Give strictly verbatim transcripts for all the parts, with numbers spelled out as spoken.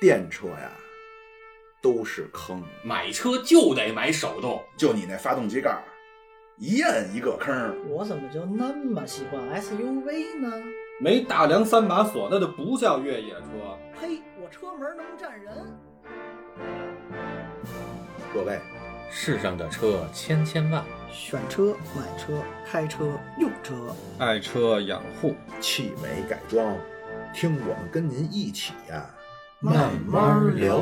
电车呀都是坑， 买车就得买手动， 就你那发动机盖一摁一个坑。 我怎么就那么喜欢 S U V 呢？ 没大梁三把锁那就不叫越野车。 呸，我车门能站人。 各位， 世上的车千千万， 选车、买车、开车、用车， 爱车养护， 汽美改装，听我们跟您一起呀， 慢慢聊。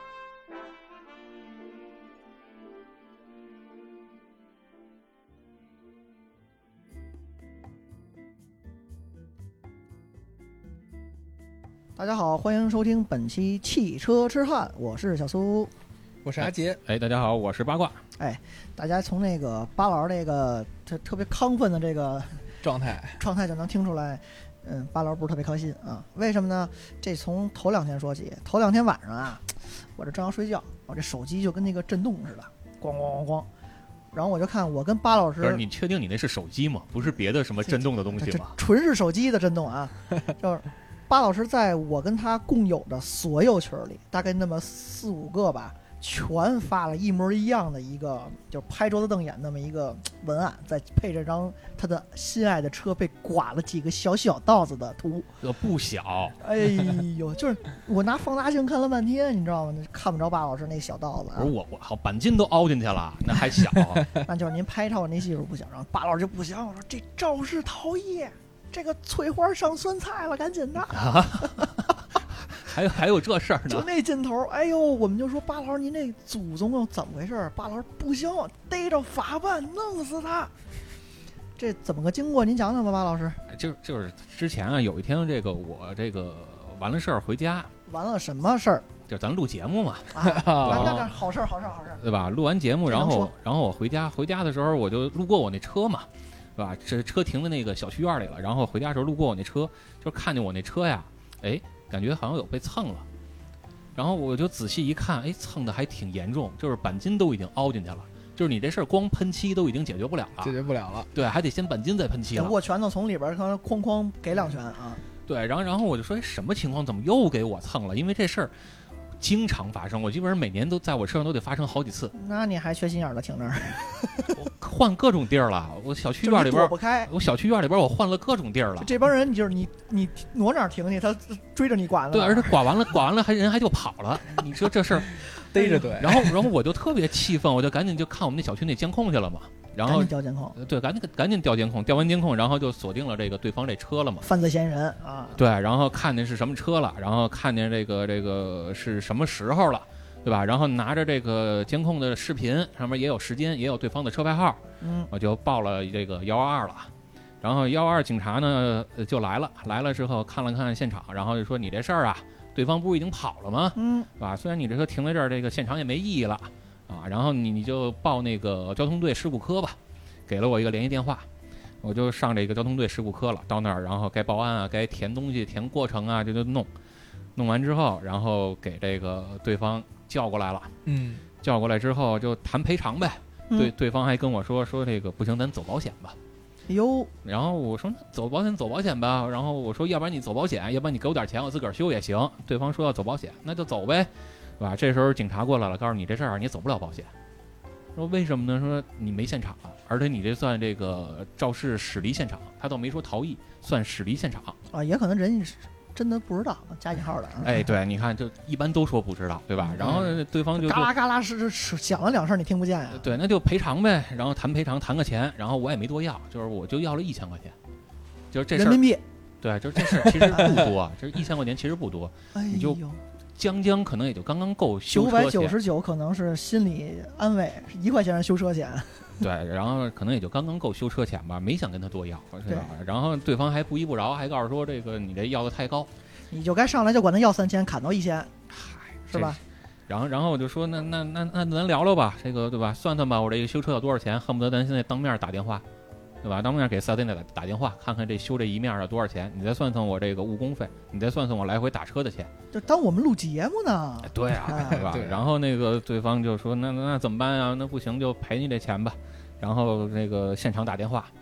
大家好，欢迎收听本期汽车痴汉，我是小苏， 我是阿杰。 哎，大家好，我是八卦。 哎，大家从那个巴老师那个特特别亢奋的这个状态状态就能听出来，嗯，巴老师不是特别开心啊。为什么呢？这从头两天说起。头两天晚上啊，我这正要睡觉，我这手机就跟那个震动似的，咣咣咣咣。然后我就看我跟巴老师， 不是你确定你那是手机吗？不是别的什么震动的东西吗？ 纯是手机的震动啊，就是巴老师在我跟他共有的所有群里，大概那么四五个吧，全发了一模一样的一个，就是拍桌子瞪眼那么一个文案，再配这张他的心爱的车被刮了几个小小道子的图， 这不小。 哎呦，就是我拿放大镜看了半天，你知道吗？看不着巴老师那小道子、啊。 不是我，我好钣金都凹进去了，那还小。 那就是您拍照那技术不行，然后巴老师就不行，我说这肇事逃逸。这个翠花上酸菜了，赶紧的！ 啊、还有还有这事儿呢？ 就那劲头，哎呦，我们就说巴老师，您这祖宗又怎么回事？巴老师不行，逮着法办，弄死他！这怎么个经过？您讲讲吧，巴老师。 就就是之前啊，有一天这个我这个完了事儿回家， 完了什么事儿？ 就咱录节目嘛。 啊，那那好事儿，好事儿，好事儿， 对吧？录完节目，然后然后我回家，回家的时候我就路过我那车嘛。是吧？这车停在那个小区院里了，然后回家的时候路过我那车，就看见我那车呀，哎，感觉好像有被蹭了，然后我就仔细一看，哎，蹭的还挺严重，就是钣金都已经凹进去了，就是你这事儿光喷漆都已经解决不了了， 解决不了了， 对，还得先钣金再喷漆了， 握拳头从里边可能哐哐给两拳啊， 对，然后然后我就说，哎，什么情况？怎么又给我蹭了？因为这事儿经常发生，我基本上每年都在我车上都得发生好几次。 那你还缺心眼的停那儿？ 我换各种地儿了，我小区院里边躲不开， 我小区院里边我换了各种地儿了。 这帮人就是你你挪哪儿停去，他追着你刮了。 对，而且刮完了刮完了还人还就跑了。你说这事儿逮着对。 然后然后我就特别气愤，我就赶紧就看我们那小区那监控去了嘛。然后赶紧调监控， 对，赶紧赶紧调监控，调完监控，然后就锁定了这个对方这车了嘛， 犯罪嫌疑人啊。 对，然后看见是什么车了，然后看见这个这个是什么时候了，对吧？然后拿着这个监控的视频，上面也有时间，也有对方的车牌号， 嗯， 我就报了这个一一二了。然后一一二警察呢就来了，来了之后看了看现场，然后就说你这事儿啊，对方不是已经跑了吗？ 嗯， 是吧？虽然你这车停在这儿，这个现场也没意义了。啊，然后你你就报那个交通队事故科吧，给了我一个联系电话，我就上这个交通队事故科了。到那儿，然后该报案啊，该填东西、填过程啊，这就弄。弄完之后，然后给这个对方叫过来了。 嗯， 叫过来之后就谈赔偿呗。 嗯、 对，对方还跟我说说这个不行，咱走保险吧。 哟， 然后我说那走保险走保险吧。然后我说要不然你走保险，要不然你给我点钱，我自个儿修也行。对方说要走保险，那就走呗。是吧？这时候警察过来了，告诉你这事儿你走不了保险。说为什么呢？说你没现场了，而且你这算这个肇事驶离现场，他倒没说逃逸，算驶离现场啊，也可能人家真的不知道加引号的。 哎，对，你看，就一般都说不知道，对吧？然后对方就嘎啦嘎啦是是响了两声，你听不见呀？ 对，那就赔偿呗，然后谈赔偿，谈个钱，然后我也没多要，就是我就要了一千块钱，就是这事人民币。 对，就是这事其实不多，就是一千块钱其实不多， 哎呦， 你就将将可能也就刚刚够修车钱， 九百九十九可能是心理安慰，一块钱是修车钱。 对，然后可能也就刚刚够修车钱吧，没想跟他多要，是吧？然后对方还不依不饶，还告诉说这个你这要的太高， 你就该上来就管他要三千，砍到一千，是吧？ 然后然后我就说那那那那咱聊聊吧，这个对吧？算算吧，我这个修车要多少钱？恨不得咱现在当面打电话。对吧？当面给四 S 店打打电话，看看这修这一面要多少钱，你再算算我这个误工费，你再算算我来回打车的钱， 就当我们录节目呢。 对啊，对吧？然后那个对方就说：“那那怎么办啊？那不行就赔你这钱吧。”然后那个现场打电话，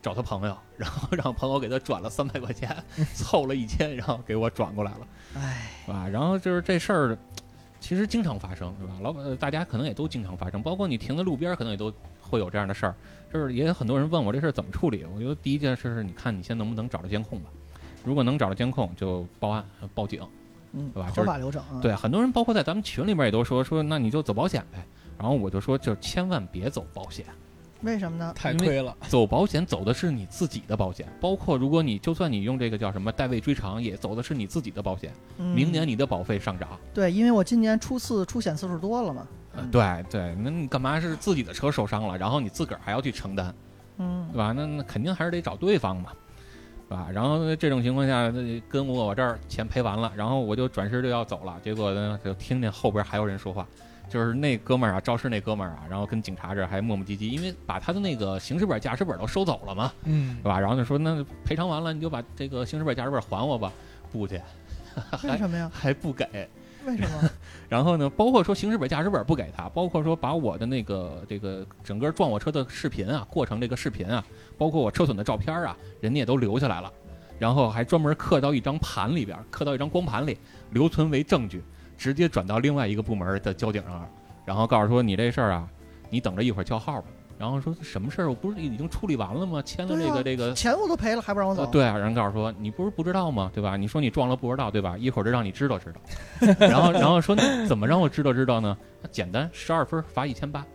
找他朋友，然后让朋友给他转了三百块钱，凑了一千，然后给我转过来了， 哎， 是吧？然后就是这事儿，其实经常发生，是吧？老板大家可能也都经常发生，包括你停在路边，可能也都会有这样的事儿。就是也有很多人问我这事儿怎么处理，我觉得第一件事是你看你先能不能找到监控吧，如果能找到监控就报案报警， 嗯， 对吧？ 合法流程啊。 对，很多人包括在咱们群里边也都说说，那你就走保险呗。然后我就说，就千万别走保险， 为什么呢？ 太亏了。 走保险走的是你自己的保险，包括如果你就算你用这个叫什么代位追偿，也走的是你自己的保险。 嗯、 明年你的保费上涨。 对，因为我今年初次出险次数多了嘛。 呃、对对，那你干嘛是自己的车受伤了，然后你自个儿还要去承担？ 嗯， 对吧？那那肯定还是得找对方嘛，对吧？然后这种情况下，跟我我这儿钱赔完了，然后我就转身就要走了，结果呢就听见后边还有人说话，就是那哥们儿啊，肇事那哥们儿啊，然后跟警察这儿还磨磨唧唧，因为把他的那个行驶本、驾驶本都收走了嘛， 嗯， 对吧？然后就说那赔偿完了，你就把这个行驶本、驾驶本还我吧，不去， 为什么呀？ 还不给。 为什么？ 然后呢，包括说行驶本、驾驶本不给他，包括说把我的那个这个整个撞我车的视频啊，过程这个视频啊，包括我车损的照片啊，人家也都留下来了，然后还专门刻到一张盘里边，刻到一张光盘里，留存为证据，直接转到另外一个部门的交警上，然后告诉说你这事儿啊，你等着一会儿叫号吧。然后说什么事儿？我不是已经处理完了吗？签了这个、啊、这个钱我都赔了，还不让我走？ 呃、对啊，人告诉说你不是不知道吗？对吧？你说你撞了不知道，对吧？一会儿就让你知道知道。然后然后说那怎么让我知道知道呢？简单，十二分罚一千八。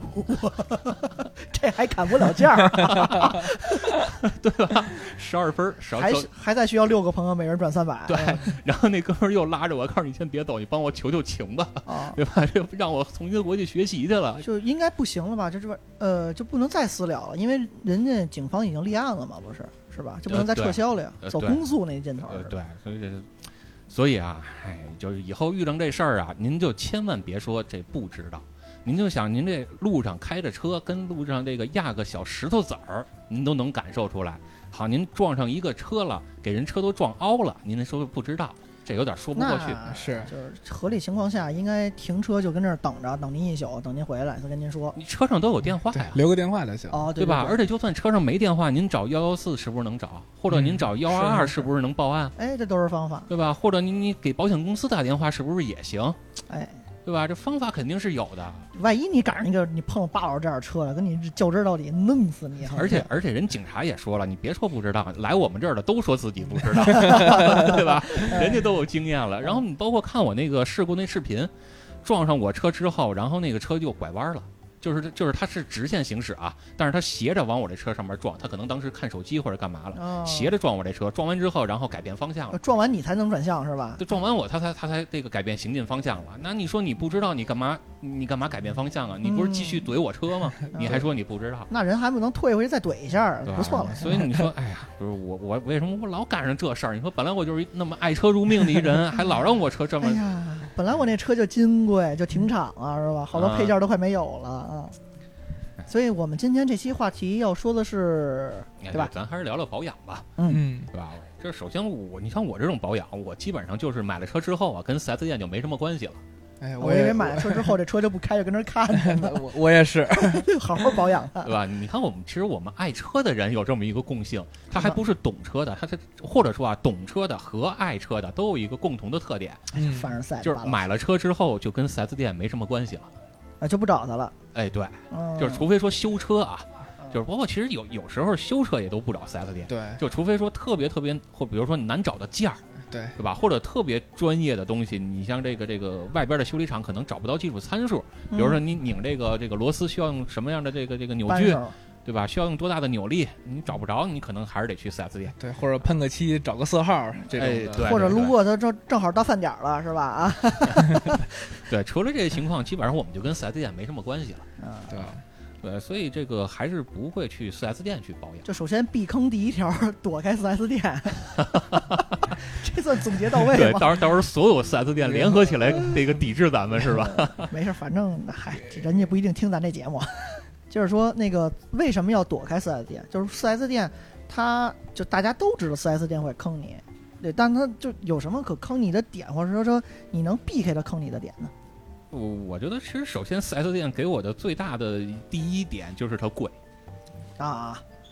这还砍不了价儿， 对吧？十二分， 还还在需要六个朋友，每人转三百。 对，然后那哥们儿又拉着我，告诉你先别走，你帮我求求情吧， 啊、 对吧？这让我重新回去学习去了， 就应该不行了吧？这这呃就不能再私了了，因为人家警方已经立案了嘛，不是是吧？就不能再撤销了呀， 呃、 走公诉那劲头。 呃，对，所以这。所以啊，哎，就是以后遇上这事儿啊，您就千万别说这不知道。您就想，您这路上开着车，跟路上这个压个小石头子儿，您都能感受出来。好，您撞上一个车了，给人车都撞凹了，您说不知道，这有点说不过去。 是， 就是合理情况下，应该停车就跟这儿等着，等您一宿，等您回来再跟您说。 你车上都有电话呀， 留个电话就行。 哦， 对吧？而且就算车上没电话，您找幺幺四是不是能找？或者您找幺二二是不是能报案？ 哎，这都是方法， 对吧？或者你你给保险公司打电话是不是也行？ 哎。 对吧？这方法肯定是有的。 万一你赶上那个你碰巴老师这样车了，跟你较真到底，弄死你！ 而且而且人警察也说了，你别说不知道，来我们这儿的都说自己不知道，对吧？人家都有经验了。然后你包括看我那个事故那视频，撞上我车之后，然后那个车就拐弯了。就是就是他是直线行驶啊，但是他斜着往我这车上面撞，他可能当时看手机或者干嘛了， 哦、 斜着撞我这车，撞完之后然后改变方向了， 撞完你才能转向是吧？ 对，撞完我他才他才这个改变行进方向了。那你说你不知道你干嘛你干嘛改变方向啊？你不是继续怼我车吗？嗯、你还说你不知道？ 那人还不能退回去再怼一下，不错了。 所以你说，哎呀，不是我我为什么我老赶上这事儿？你说本来我就是那么爱车如命的一人，还老让我车这么…… 哎呀，本来我那车就金贵，就停厂了是吧？好多配件都快没有了啊。所以我们今天这期话题要说的是，对吧？ 咱还是聊聊保养吧， 嗯， 对吧？这首先我，你像我这种保养，我基本上就是买了车之后啊，跟 四 S 店就没什么关系了。 哎， 我以为买了车之后这车就不开，就跟那看着呢。 我我也是， 好好保养它， 对吧？你看我们其实我们爱车的人有这么一个共性，他还不是懂车的，他是或者说啊，懂车的和爱车的都有一个共同的特点， 嗯，凡尔赛， 就是买了车之后就跟 四 S 店没什么关系了。 啊，就不找他了。 哎，对， 嗯、 就是除非说修车啊，嗯、就是包括其实有有时候修车也都不找 四 S 店， 对， 就除非说特别特别或比如说难找的件儿， 对， 对吧？或者特别专业的东西，你像这个这个外边的修理厂可能找不到技术参数，比如说你拧这个这个螺丝需要用什么样的这个这个扭矩。对吧？需要用多大的扭力？你找不着，你可能还是得去 四 S 店。 对，或者喷个漆，找个色号这种的。 哎、对， 或者路过它正正好到饭点了，是吧？啊， 对，除了这个情况，基本上我们就跟 四 S 店没什么关系了。 嗯， 对。 对，所以这个还是不会去 四 S 店去保养。 就首先避坑第一条，躲开 四 S 店，这算总结到位吗？ 对，到时候到时候所有 四 S 店联合起来，这个抵制咱们是吧？ 没事，反正嗨，人家不一定听咱这节目。就是说，那个为什么要躲开 四 S 店？就是 四 S 店，它就大家都知道 四 S 店会坑你，对，但它就有什么可坑你的点，或者说说你能避开它坑你的点呢？ 我我觉得其实首先 四 S 店给我的最大的第一点就是它贵啊，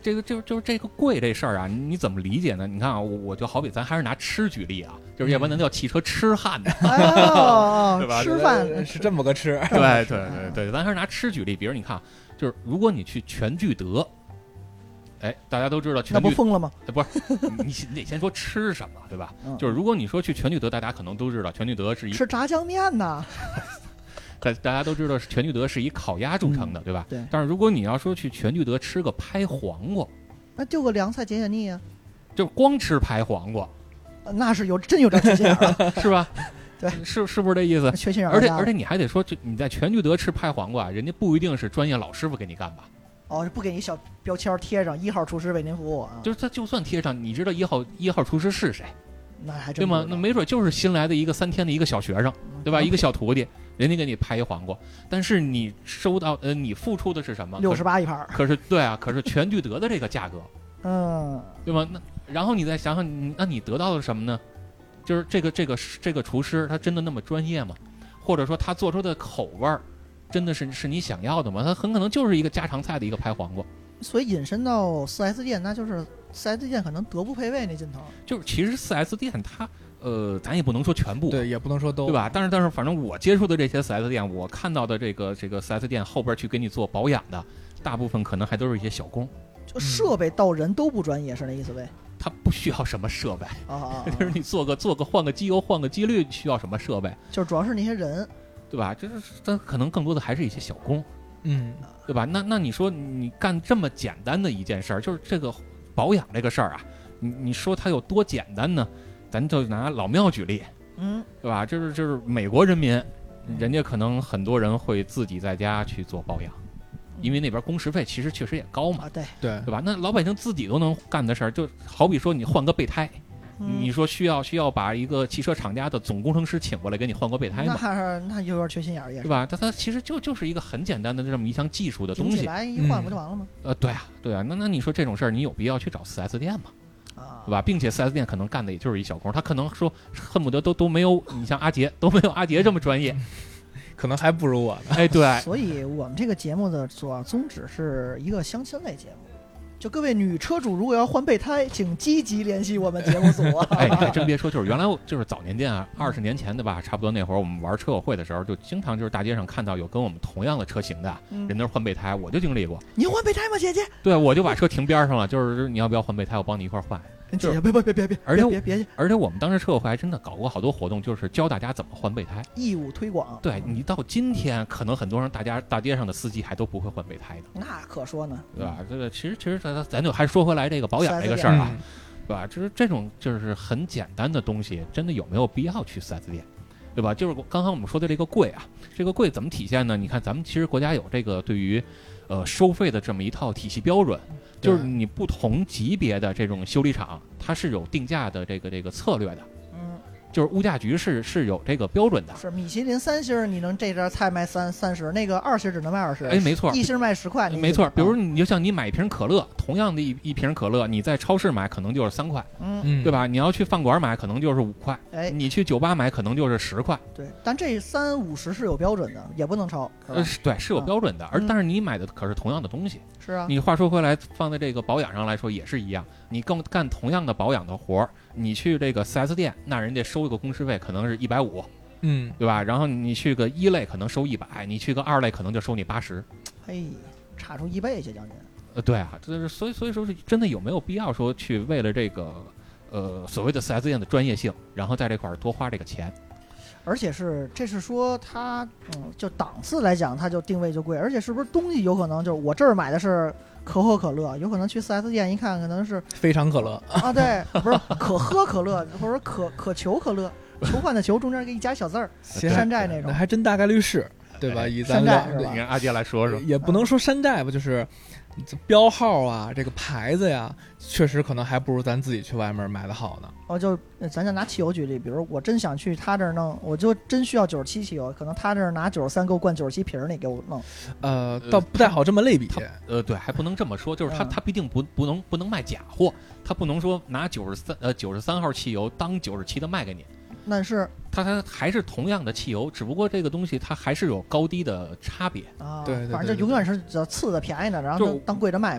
这个就就是这个贵这事儿啊，你怎么理解呢？你看啊，我我就好比咱还是拿吃举例啊，就是要不然咱叫汽车痴汉的， 哦， 对吧吃饭是这么个吃。 对对对对，咱还是拿吃举例。比如你看，就是如果你去全聚德，哎，大家都知道那全聚， 不疯了吗？ 不是你你得先说吃什么，对吧？ 嗯就是如果你说去全聚德，大家可能都知道全聚德是一， 吃炸酱面呐， 大大家都知道全聚德是以烤鸭著称的，对吧？ 对， 但是如果你要说去全聚德吃个拍黄瓜， 那就个凉菜解解腻啊， 就光吃拍黄瓜， 那是有真有点缺心眼儿了， 是吧？ 对， 是是不是这意思？ 缺心眼儿。 而且而且你还得说，就你在全聚德吃拍黄瓜，人家不一定是专业老师傅给你干吧？ 哦，不给你小标签贴上，一号厨师为您服务啊， 就是他就算贴上，你知道一号一号厨师是谁， 那还对吗？ 真不知道那没准就是新来的一个三天的一个小学生，对吧？ 嗯一个小徒弟，人家给你拍一黄瓜，但是你收到呃，你付出的是什么？ 六十八一盘儿， 可是对啊，可是全聚德的这个价格， 嗯， 对吗？那然后你再想想，你那你得到的什么呢？就是这个这个这个厨师他真的那么专业吗？或者说他做出的口味儿真的是是你想要的吗？他很可能就是一个家常菜的一个拍黄瓜。 所以引申到 四 S 店，那就是四 S 店可能德不配位那劲头。 就是其实 四 S 店它呃，咱也不能说全部， 对，也不能说都对吧？但是但是反正我接触的这些 四 S 店，我看到的这个这个 四 S 店后边去给你做保养的，大部分可能还都是一些小工， 就设备到人都不专业，是那意思呗？ 他不需要什么设备， 啊啊，啊就是你做个做个换个机油换个机滤需要什么设备， 就是主要是那些人， 对吧？就是但可能更多的还是一些小工， 嗯， 对吧？那那你说你干这么简单的一件事儿，就是这个保养这个事儿啊，你你说它有多简单呢？咱就拿老庙举例， 嗯， 对吧？就是就是美国人民，人家可能很多人会自己在家去做保养，因为那边工时费其实确实也高嘛， 啊，对， 对对吧？那老百姓自己都能干的事儿，就好比说你换个备胎， 嗯你说需要需要把一个汽车厂家的总工程师请过来给你换个备胎那吗？ 还是那有点缺心眼儿，也是对吧？它它其实就就是一个很简单的这么一项技术的东西。 顶起来一换不就完了吗？ 呃，对啊，对啊，那那你说这种事儿，你有必要去找 四 S 店吗？ 啊对，吧？并且 四 S 店可能干的也就是一小工，他可能说恨不得都都没有你像阿杰都没有阿杰这么专业。 可能还不如我呢。 哎，对， 所以我们这个节目的主要宗旨是一个相亲类节目。就各位女车主，如果要换备胎，请积极联系我们节目组啊！ 哎，你还真别说，就是原来我就是早年间啊，二十年前的吧，差不多那会儿我们玩车友会的时候，就经常就是大街上看到有跟我们同样的车型的嗯人那儿换备胎，我就经历过。 你换备胎吗，姐姐？ 对，我就把车停边上了，就是你要不要换备胎，我帮你一块儿换。 姐姐，别别别别别， 而且别别别， 而且我们当时车友会还真的搞过好多活动，就是教大家怎么换备胎。 义务推广。 对你到今天，可能很多人大家大街上的司机还都不会换备胎的， 那可说呢， 对吧？这个其实其实咱咱就还说回来这个保养这个事儿啊， 嗯对吧？就是这种就是很简单的东西，真的有没有必要去 四 S 店，对吧？就是刚刚我们说的这个贵啊，这个贵怎么体现呢？你看咱们其实国家有这个对于呃收费的这么一套体系标准，就是你不同级别的这种修理厂，它是有定价的这个这个策略的， 嗯， 就是物价局是是有这个标准的。 是米其林三星儿，你能这家菜卖三三十，那个二星儿只能卖二十， 哎，没错， 一星儿卖十块，你没错。 就比如你就像你买一瓶可乐，同样的一一瓶可乐，你在超市买可能就是三块， 嗯， 嗯， 对？吧？你要去饭馆买可能就是五块， 哎， 你去酒吧买可能就是十块。 对，但这三五十是有标准的，也不能超，是吧呃，是对，是有标准的，而嗯但是你买的可是同样的东西。 是啊， 你话说回来，放在这个保养上来说也是一样，你更干同样的保养的活儿，你去这个 四 S 店，那人家收一个工时费可能是一百五， 嗯， 对吧？然后你去个一类可能收一百，你去个二类可能就收你八十。 嘿，差出一倍去将近。 呃，对啊，这是所以所以说是真的有没有必要说去为了这个呃所谓的 四 S 店的专业性，然后在这块儿多花这个钱？ 而且是，这是说它，嗯，就档次来讲，它就定位就贵，而且是不是东西有可能就是我这儿买的是可口可乐，有可能去 四 S 店一看，可能是非常可乐， 啊，对，不是可喝可乐，或者可可求可乐，求换的求中间给一加小字儿， 其实山寨那种那，还真大概率是，对吧？ 哎以咱俩山寨是吧你让阿杰来说说。 也不能说山寨吧，就是这标号啊，这个牌子呀，确实可能还不如咱自己去外面买的好呢。 我就咱就拿汽油举例，比如我真想去他这儿弄，我就真需要九十七汽油，可能他这儿拿九十三给我灌九十七瓶儿，你给我弄， 呃， 呃倒不太好这么类比。 他呃，对，还不能这么说，就是他嗯他必定不不能不能卖假货，他不能说拿九十三呃九十三号汽油当九十七的卖给你， 那是它它还是同样的汽油，只不过这个东西它还是有高低的差别。 啊， 对对对反正就永远是只要次的便宜的，然后就当当贵的卖呗。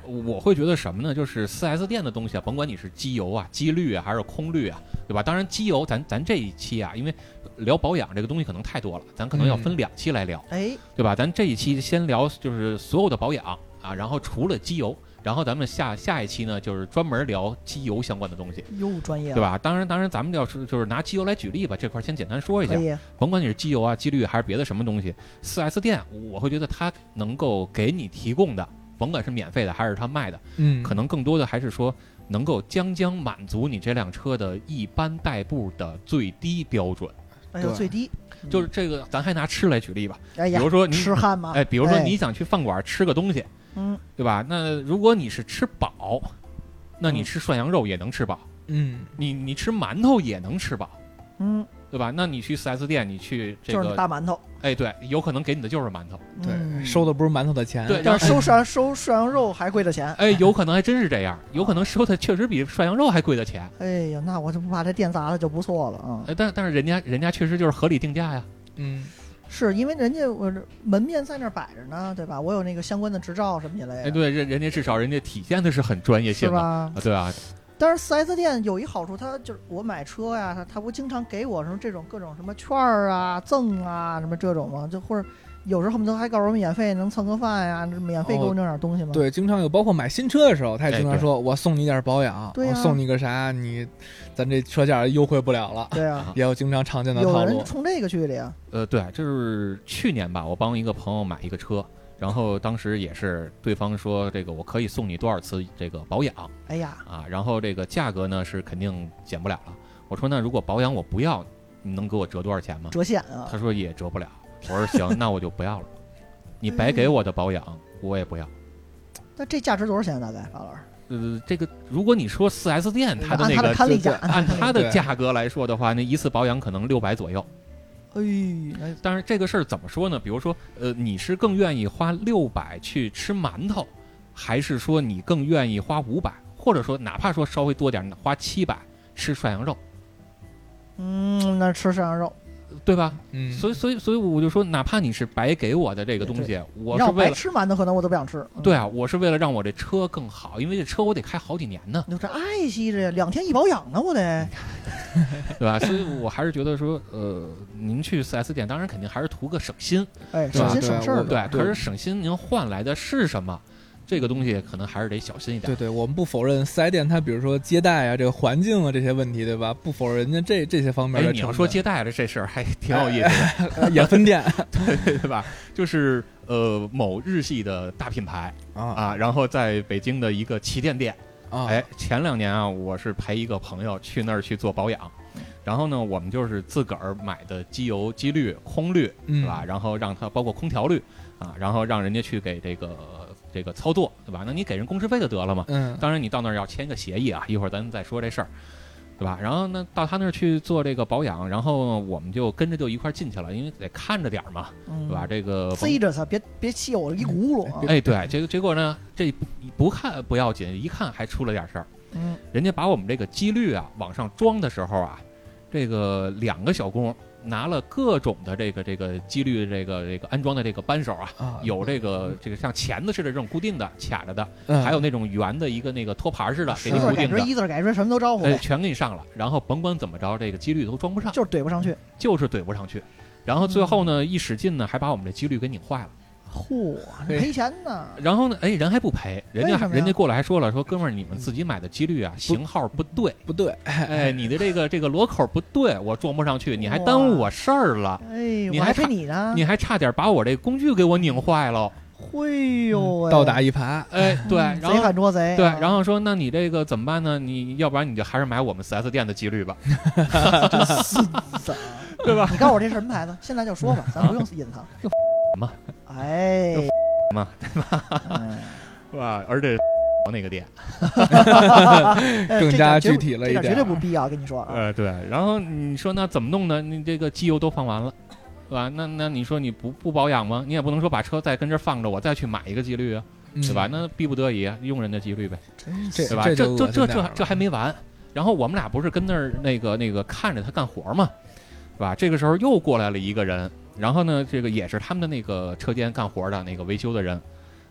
我会觉得什么呢？就是 四 S 店的东西啊，甭管你是机油啊、机滤啊，还是空滤啊，对吧？当然，机油咱咱这一期啊，因为聊保养这个东西可能太多了，咱可能要分两期来聊， 哎， 对吧？咱这一期先聊就是所有的保养啊，然后除了机油，然后咱们下下一期呢就是专门聊机油相关的东西， 又专业了， 对吧？当然，当然咱们要是就是拿机油来举例吧，这块先简单说一下可，以， 甭管你是机油啊、机滤还是别的什么东西， 四 S 店我会觉得它能够给你提供的。甭管是免费的还是他卖的， 嗯， 可能更多的还是说能够将将满足你这辆车的一般代步的最低标准。 哎呦， 对最低， 就是这个，咱还拿吃来举例吧。 哎呀， 比如说你痴汉嘛， 哎，比如说哎你想去饭馆吃个东西， 嗯， 对吧？那如果你是吃饱，那你嗯吃涮羊肉也能吃饱， 嗯， 你你吃馒头也能吃饱， 嗯， 对吧？那你去 四 S 店，你去这就是个， 大馒头， 哎，对，有可能给你的就是馒头， 对， 嗯收的不是馒头的钱， 对但是收涮收涮羊肉还贵的钱， 哎，有可能还真是这样，有可能收的确实比涮羊肉还贵的钱。 哎呀，那我就不把这店砸了就不错了啊。 哎，但但是人家人家确实就是合理定价呀。 嗯， 是因为人家我这门面在那儿摆着呢，对吧？我有那个相关的执照什么之类的， 哎，对，人人家至少人家体现的是很专业是性嘛， 吧？ 啊，对啊， 但是 四 S 店有一好处，它就是我买车呀，它它不经常给我什么这种各种什么券儿啊、赠啊什么这种吗？就或者有时候恨不得还告诉我免费能蹭个饭呀，免费给我弄点东西吗？ 对，经常有，包括买新车的时候，他也经常哎对说，我送你点保养， 对呀我送你个啥，你咱这车价优惠不了了， 对啊， 也有经常常见的有套路人。冲这个去的呀。 呃，对，这是去年吧，我帮一个朋友买一个车，然后当时也是对方说这个我可以送你多少次这个保养哎呀， 啊，然后这个价格呢是肯定减不了了。我说那如果保养我不要，你能给我折多少钱吗？ 折现啊！ 他说也折不了。我说行，那我就不要了。你白给我的保养我也不要。 那这价值多少钱？大概马老师？ 呃，这个如果你说 四 S 店它的按它的那个看例价， 按它的对价格来说的话，那一次保养可能六百左右。 哎，那当然这个事儿怎么说呢？比如说，呃，你是更愿意花六百去吃馒头，还是说你更愿意花五百，或者说哪怕说稍微多点，花七百吃涮羊肉， 嗯，那吃涮羊肉， 对吧？ 嗯， 所以，所以，所以我就说，哪怕你是白给我的这个东西，我是让我白为了吃馒头，可能我都不想吃。嗯对，啊，我是为了让我这车更好，因为这车我得开好几年呢， 你说这爱惜着呀，两天一保养呢，我得。 对吧？所以我还是觉得说，呃，您去 四 S 店，当然肯定还是图个省心， 哎， 对吧省心省事儿对的。 对。可是省心，您换来的是什么？这个东西可能还是得小心一点。 对对，我们不否认四 S 店它比如说接待啊、这个环境啊这些问题，对吧？不否认人家这这些方面哎， 的。 你要说接待的这事儿还挺有意思的， 呃也分店对对吧？就是呃，某日系的大品牌啊啊，然后在北京的一个旗舰店。 啊， 哎，前两年啊，我是陪一个朋友去那儿去做保养，然后呢，我们就是自个儿买的机油、机滤、空滤， 嗯对吧？然后让他包括空调滤啊，然后让人家去给这个这个操作，对吧？那你给人工时费就得了嘛。 嗯， 当然，你到那儿要签个协议啊，一会儿咱再说这事儿，对吧？然后呢，到他那儿去做这个保养，然后我们就跟着就一块儿进去了，因为得看着点儿嘛， 嗯对吧？这个塞着它，别别气我一轱辘啊！ 哎，对，结结果呢，这不看不要紧，一看还出了点事儿。 嗯， 人家把我们这个机滤啊往上装的时候啊，这个两个小工拿了各种的这个这个机滤这个这个安装的这个扳手啊， 啊有这个这个像钳子似的这种固定的卡着的， 嗯还有那种圆的一个那个托盘似的给一字改锥， 你固定的， 一字改锥，什么都招呼哎， 呗， 全给你上了。然后甭管怎么着，这个机滤都装不上， 就是怼不上去。 就是怼不上去。然后最后呢，一使劲呢，还把我们这机滤给拧坏了。 嚯，赔钱呢！ 然后呢，哎，人还不赔，人家为什么呀人家过来还说了，说哥们儿，你们自己买的机滤啊，型号不对。 不对， 哎，你的这个这个螺口不对，我装不上去，你还耽误我事儿了， 哎，我还你还差赔你呢！ 你还差点把我这工具给我拧坏了。 嘿呦喂， 倒打一耙， 哎，对， 嗯贼然后喊捉贼啊。 对，然后说那你这个怎么办呢？你要不然你就还是买我们 四 S 店的机滤吧， 子， 对吧？ 你告诉我这什么牌子？现在就说吧，咱不用隐藏。 什么？ 哎， 嘛， 嗯是吧？而且那个店， 哎更加这点绝具体了一点这点绝对不必要，跟你说啊。 呃，对。然后你说那怎么弄呢？你这个机油都放完了。对吧？那那你说你不不保养吗？你也不能说把车再跟这儿放着，我再去买一个机滤啊， 嗯对吧？那逼不得已用人家机滤呗， 这对吧？ 这就这这这恶心点儿了这这还没完。然后我们俩不是跟那儿那个那个看着他干活嘛，是吧？这个时候又过来了一个人，然后呢，这个也是他们的那个车间干活的那个维修的人，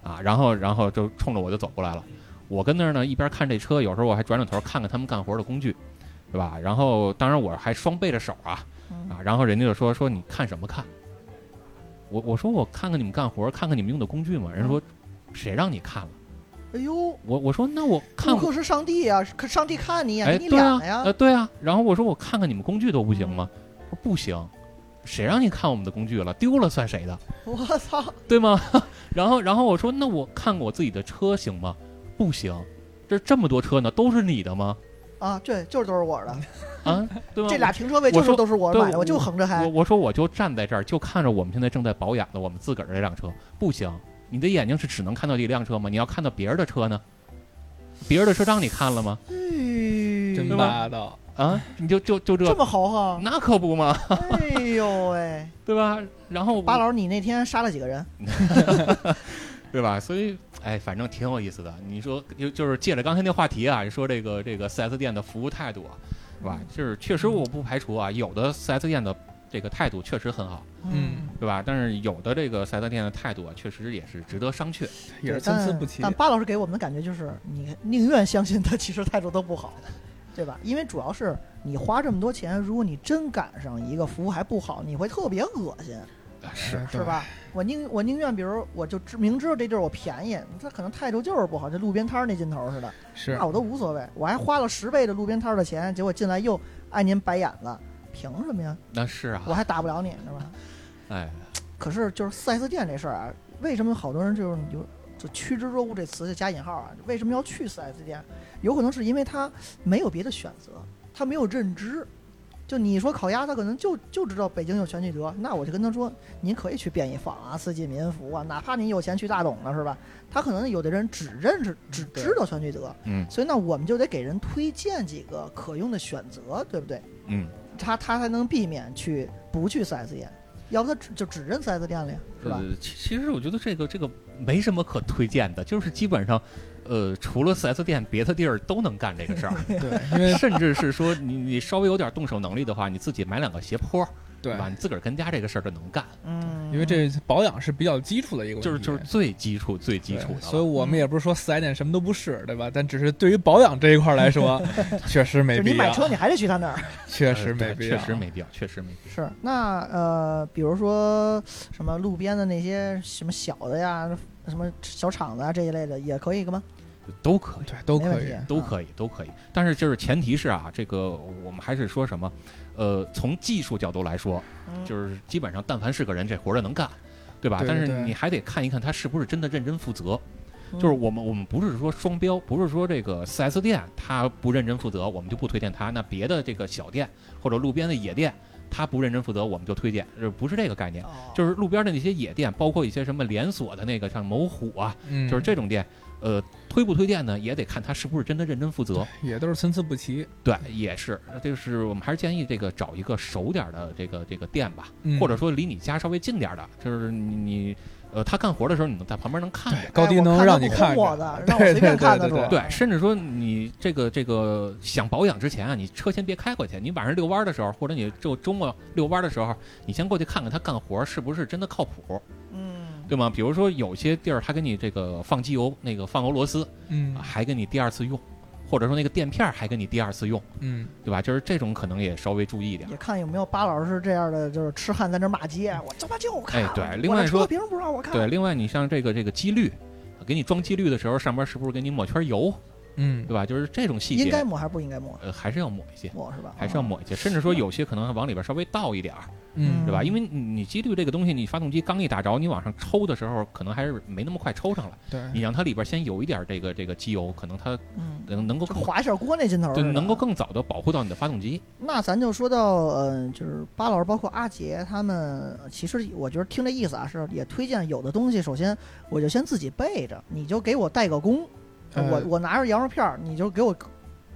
啊，然后然后就冲着我就走过来了。我跟那儿呢一边看这车，有时候我还转转头看看他们干活的工具，对吧？然后当然我还双背着手啊啊，然后人家就说说你看什么看？我我说我看看你们干活，看看你们用的工具嘛。人说谁让你看了？ 哎呦， 我我说那我看顾客是上帝啊，可上帝看你呀， 哎给你脸了呀。 呃对啊，然后我说我看看你们工具都不行吗？说不行。谁让你看我们的工具了？丢了算谁的？ 我操， 对吗？然后，然后我说，那我看看我自己的车行吗？不行，这这么多车呢，都是你的吗？ 啊，对，就是都是我的啊，对吧？ 这俩停车位就是都是我买的，我就横着开。 我我说我就站在这儿，就看着我们现在正在保养的我们自个儿这辆车，不行，你的眼睛是只能看到这辆车吗？你要看到别人的车呢？别人的车让你看了吗？ 哎， 真霸道。 啊，你就就就这这么豪横？ 那可不嘛！ 哎呦喂， 对吧？然后巴老师，你那天杀了几个人？ 对吧？所以，哎，反正挺有意思的。你说，就就是借着刚才那话题啊，说这个这个 四 S 店的服务态度啊，是吧？就是确实我不排除啊，有的 四 S 店的这个态度确实很好， 嗯， 对吧？但是有的这个四 S 店的态度啊，确实也是值得商榷， 也是参差不齐。 但巴老师给我们的感觉就是，你宁愿相信他其实态度都不好。对吧？因为主要是你花这么多钱，如果你真赶上一个服务还不好，你会特别恶心， 是是吧？我宁我宁愿，比如我就知明知道这地儿我便宜，他可能态度就是不好，这路边摊那劲头似的， 是那我都无所谓，我还花了十倍的路边摊的钱，结果进来又挨您白眼了，凭什么呀？ 那是啊， 我还打不了你，是吧？ 哎， 可是就是 四 S 店这事儿啊，为什么好多人就是你就就趋之若鹜这词就加引号啊？为什么要去 四 S 店？有可能是因为他没有别的选择，他没有认知。就你说烤鸭，他可能就就知道北京有全聚德，那我就跟他说，您可以去便宜坊啊、四季民福啊，哪怕您有钱去大董了，是吧？他可能有的人只认识、只知道全聚德， 嗯， 所以那我们就得给人推荐几个可用的选择，对不对？ 嗯， 他他才能避免去不去 四 S 店。要不他只就只认 四 S 店了呀，是吧？ 呃，其其实我觉得这个这个没什么可推荐的，就是基本上，呃，除了 四 S 店，别的地儿都能干这个事儿。 对，因为甚至是说你你稍微有点动手能力的话，你自己买两个斜坡， 对吧？你自个儿跟家这个事儿就能干。 嗯， 因为这保养是比较基础的一个问题， 就是就是最基础最基础的。 所以我们也不是说四 S 店什么都不是，对吧？但只是对于保养这一块来说，确实没必要。 你买车你还得去他那儿， 确实没必要， 确实没必要，确实没必要。 是那呃，比如说什么路边的那些什么小的呀，什么小厂子啊这一类的也可以吗？ 都可以， 对，都可以， 都可以，都可以。但是就是前提是啊，这个我们还是说什么，呃，从技术角度来说，就是基本上但凡是个人，这活儿能干，对吧？ 对对对， 但是你还得看一看他是不是真的认真负责。就是我们我们不是说双标，不是说这个 四 S 店他不认真负责，我们就不推荐他。那别的这个小店或者路边的野店，他不认真负责，我们就推荐，不是这个概念。就是路边的那些野店，包括一些什么连锁的那个，像某虎啊， 嗯、 就是这种店。呃，推不推荐呢，也得看他是不是真的认真负责， 也都是参差不齐。 对，也是，就是我们还是建议这个找一个熟点的这个这个店吧， 嗯、 或者说离你家稍微近点的，就是你你呃，他干活的时候，你能在旁边能看见， 高低能让你看我的，让我随便看得住。 对，甚至说你这个这个想保养之前啊，你车先别开过去，你晚上遛弯的时候，或者你周周末遛弯的时候，你先过去看看他干活是不是真的靠谱。 嗯。 对吗？比如说有些地儿他给你这个放机油，那个放俄罗斯， 嗯， 还给你第二次用，或者说那个垫片还给你第二次用， 嗯， 对吧？就是这种可能也稍微注意一点。 也看有没有巴老师这样的，就是痴汉在那骂街，我他妈就看。 哎，对，另外说， 凭什么不让我看？ 对，另外你像这个这个机滤，给你装机滤的时候，上边是不是给你抹圈油？ 嗯， 对吧？就是这种细节， 应该抹还是不应该抹？ 呃，还是要抹一些， 抹是吧？ 还是要抹一些，甚至说有些可能往里边稍微倒一点儿， 嗯， 对吧？因为你机滤这个东西，你发动机刚一打着，你往上抽的时候，可能还是没那么快抽上来。 对， 你让它里边先有一点这个这个机油，可能它能能够划一下锅那劲头， 对，能够更早的保护到你的发动机。 那咱就说到，嗯、呃，就是巴老师，包括阿杰他们，其实我觉得听这意思啊，是也推荐有的东西，首先我就先自己备着，你就给我代个工。我我拿着羊肉片儿，你就给我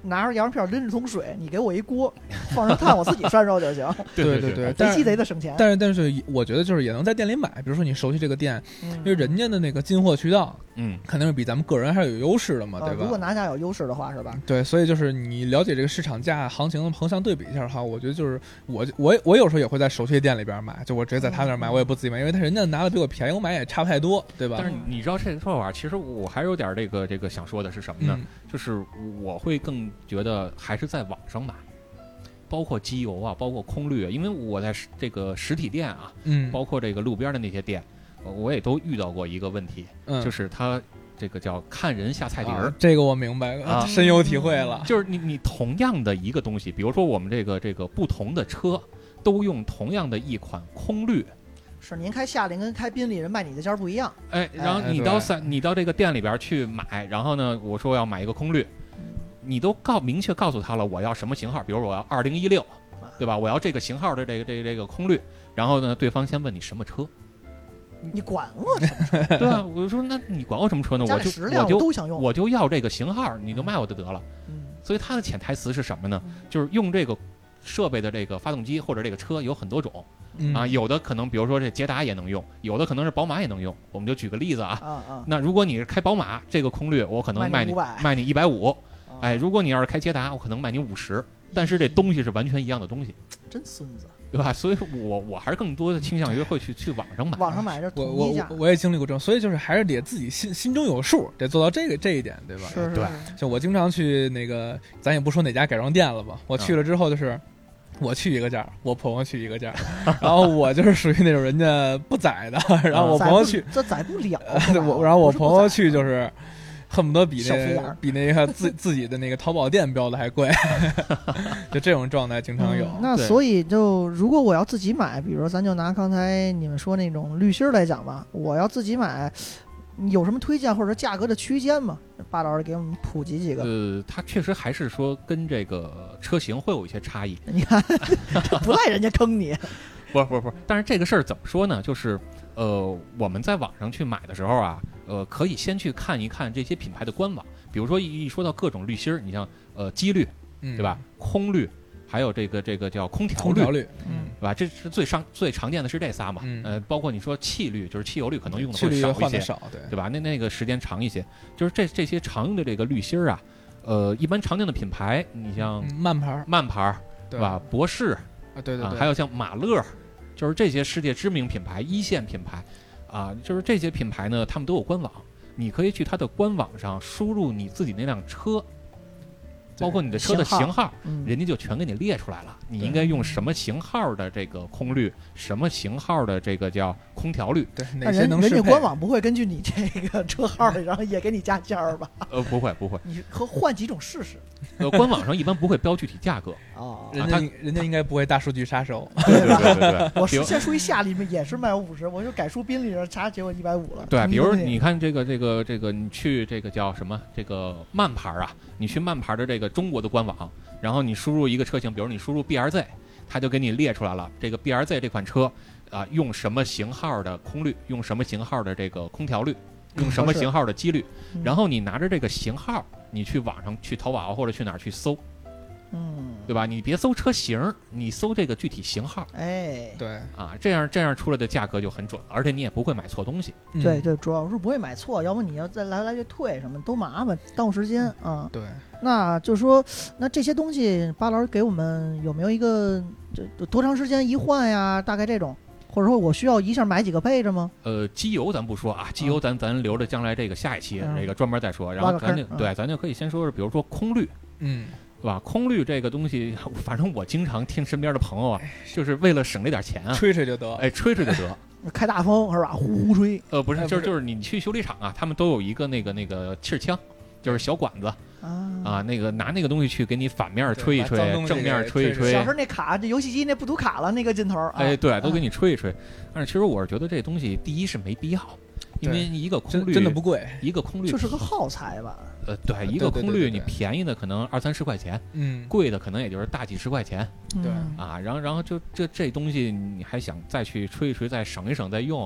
拿着羊肉片拎着桶水，你给我一锅，放上炭，我自己涮肉就行。 对对对， 贼鸡贼的省钱。 但是但是我觉得就是也能在店里买，比如说你熟悉这个店， 嗯、 因为人家的那个进货渠道， 嗯， 肯定是比咱们个人还是有优势的嘛， 呃、 对吧？ 如果拿下有优势的话，是吧？ 对，所以就是你了解这个市场价行情横向对比一下的话，我觉得就是我我我有时候也会在熟悉店里边买，就我直接在他那儿买，我也不自己买，因为他人家拿的比我便宜，我买也差不太多，对吧？ 但是你知道这个说法，其实我还有点这个这个想说的是什么呢？ 嗯、 就是我会更觉得还是在网上买，包括机油啊，包括空滤，因为我在这个实体店啊， 嗯， 包括这个路边的那些店，我也都遇到过一个问题， 嗯、 就是他这个叫看人下菜碟儿、 啊，这个我明白， 啊、 深有体会了。 就是你你同样的一个东西，比如说我们这个这个不同的车，都用同样的一款空滤。 是您开夏利跟开宾利人卖你的件不一样， 哎，然后你到三，你到这个店里边去买，然后呢，我说要买一个空滤，你都告明确告诉他了我要什么型号，比如我要二零一六，对吧？我要这个型号的这个这个这个空滤，然后呢，对方先问你什么车， 你管我什么车？ 对啊，我就说那你管我什么车呢？我就我就都想用， 我就要这个型号，你就卖我就得了。 嗯， 所以它的潜台词是什么呢？就是用这个设备的这个发动机或者这个车有很多种。 嗯、 啊，有的可能比如说这捷达也能用，有的可能是宝马也能用。我们就举个例子啊， 啊啊那如果你是开宝马，这个空滤我可能卖你卖你一百五，哎，如果你要是开捷达，我可能卖你五十。但是这东西是完全一样的东西， 真孙子， 对吧？所以我我还是更多的倾向于会去去网上买， 网上买这统一价。我我我也经历过这种，所以就是还是得自己心心中有数，得做到这个这一点，对吧？ 是是对。 就我经常去那个，咱也不说哪家改装店了吧，我去了之后就是。嗯我去一个价，我朋友去一个价，然后我就是属于那种人家不宰的，然后我朋友去， 这宰不了。 我然后我朋友去就是恨不得比那比那个自自己的那个淘宝店标的还贵，就这种状态经常有。 嗯、那所以就如果我要自己买，比如说咱就拿刚才你们说那种滤芯来讲吧，我要自己买。有什么推荐或者价格的区间吗？巴老师给我们普及几个。 呃，它确实还是说跟这个车型会有一些差异。 你看，不赖人家坑你。 不是不是不是，但是这个事儿怎么说呢？就是呃，我们在网上去买的时候啊，呃，可以先去看一看这些品牌的官网。比如说一一说到各种滤芯儿，你像呃机滤，对吧？嗯、空滤。还有这个这个叫空调滤， 空调滤， 嗯，对吧？这是最常最常见的是这仨嘛， 嗯、 呃，包括你说气滤，就是汽油滤，可能用的会少一些， 少对对吧？那那个时间长一些，就是这这些常用的这个滤芯儿啊，呃，一般常见的品牌，你像慢牌、 慢牌，对吧？博士啊，对对对、 啊，还有像马勒，就是这些世界知名品牌、一线品牌啊，就是这些品牌呢，他们都有官网，你可以去它的官网上输入你自己那辆车。包括你的车的型号， 型号嗯、 人家就全给你列出来了。你应该用什么型号的这个空滤，什么型号的这个叫空调滤？ 对，哪些能适配？人家官网不会根据你这个车号，然后也给你加价儿吧？ 呃，不会，不会。 你和换几种试试。 呃，官网上一般不会标具体价格哦， 人家人家应该不会大数据杀手， 对吧？对对对， 我之前输一夏里面也是卖我五十，我就改输宾利上查，结果一百五了。 对，比如你看这个这个这个，你去这个叫什么？这个慢牌啊，你去慢牌的这个中国的官网，然后你输入一个车型，比如你输入 B R Z， 它就给你列出来了。这个 B R Z 这款车啊，用什么型号的空滤，用什么型号的这个空调滤，用什么型号的机滤， 嗯、 然后你拿着这个型号，你去网上去淘宝或者去哪儿去搜。 嗯， 对吧？你别搜车型，你搜这个具体型号。 哎， 对啊，这样这样出来的价格就很准，而且你也不会买错东西。 嗯、对对，主要是不会买错，要不你要再来来去退什么都麻烦，耽误时间啊。 对， 那就是说，那这些东西，巴老师给我们有没有一个就多长时间一换呀？大概这种，或者说我需要一下买几个配着吗？ 呃，机油咱不说啊，机油咱、嗯、咱留着将来这个下一期、嗯、这个专门再说。然后咱就、嗯、对，咱就可以先说说，比如说空滤， 嗯。 对吧？空滤这个东西，反正我经常听身边的朋友啊，就是为了省这点钱啊， 吹吹就得， 哎，吹吹就得， 开大风是吧？呼呼吹。 呃，不是，就是就是你去修理厂啊，他们都有一个那个那个气枪，就是小管子啊, 啊，那个拿那个东西去给你反面吹一吹，正面吹一吹。 小时候那卡，这游戏机那不读卡了那个劲头， 哎，对，都给你吹一吹。但是其实我是觉得这东西，第一是没必要。因为一个空滤真的不贵， 一个空滤就是个耗材吧。 呃，对，一个空滤你便宜的可能二三十块钱， 嗯， 贵的可能也就是大几十块钱， 对嗯、 啊，然后然后就这这东西你还想再去吹一吹，再省一省再用，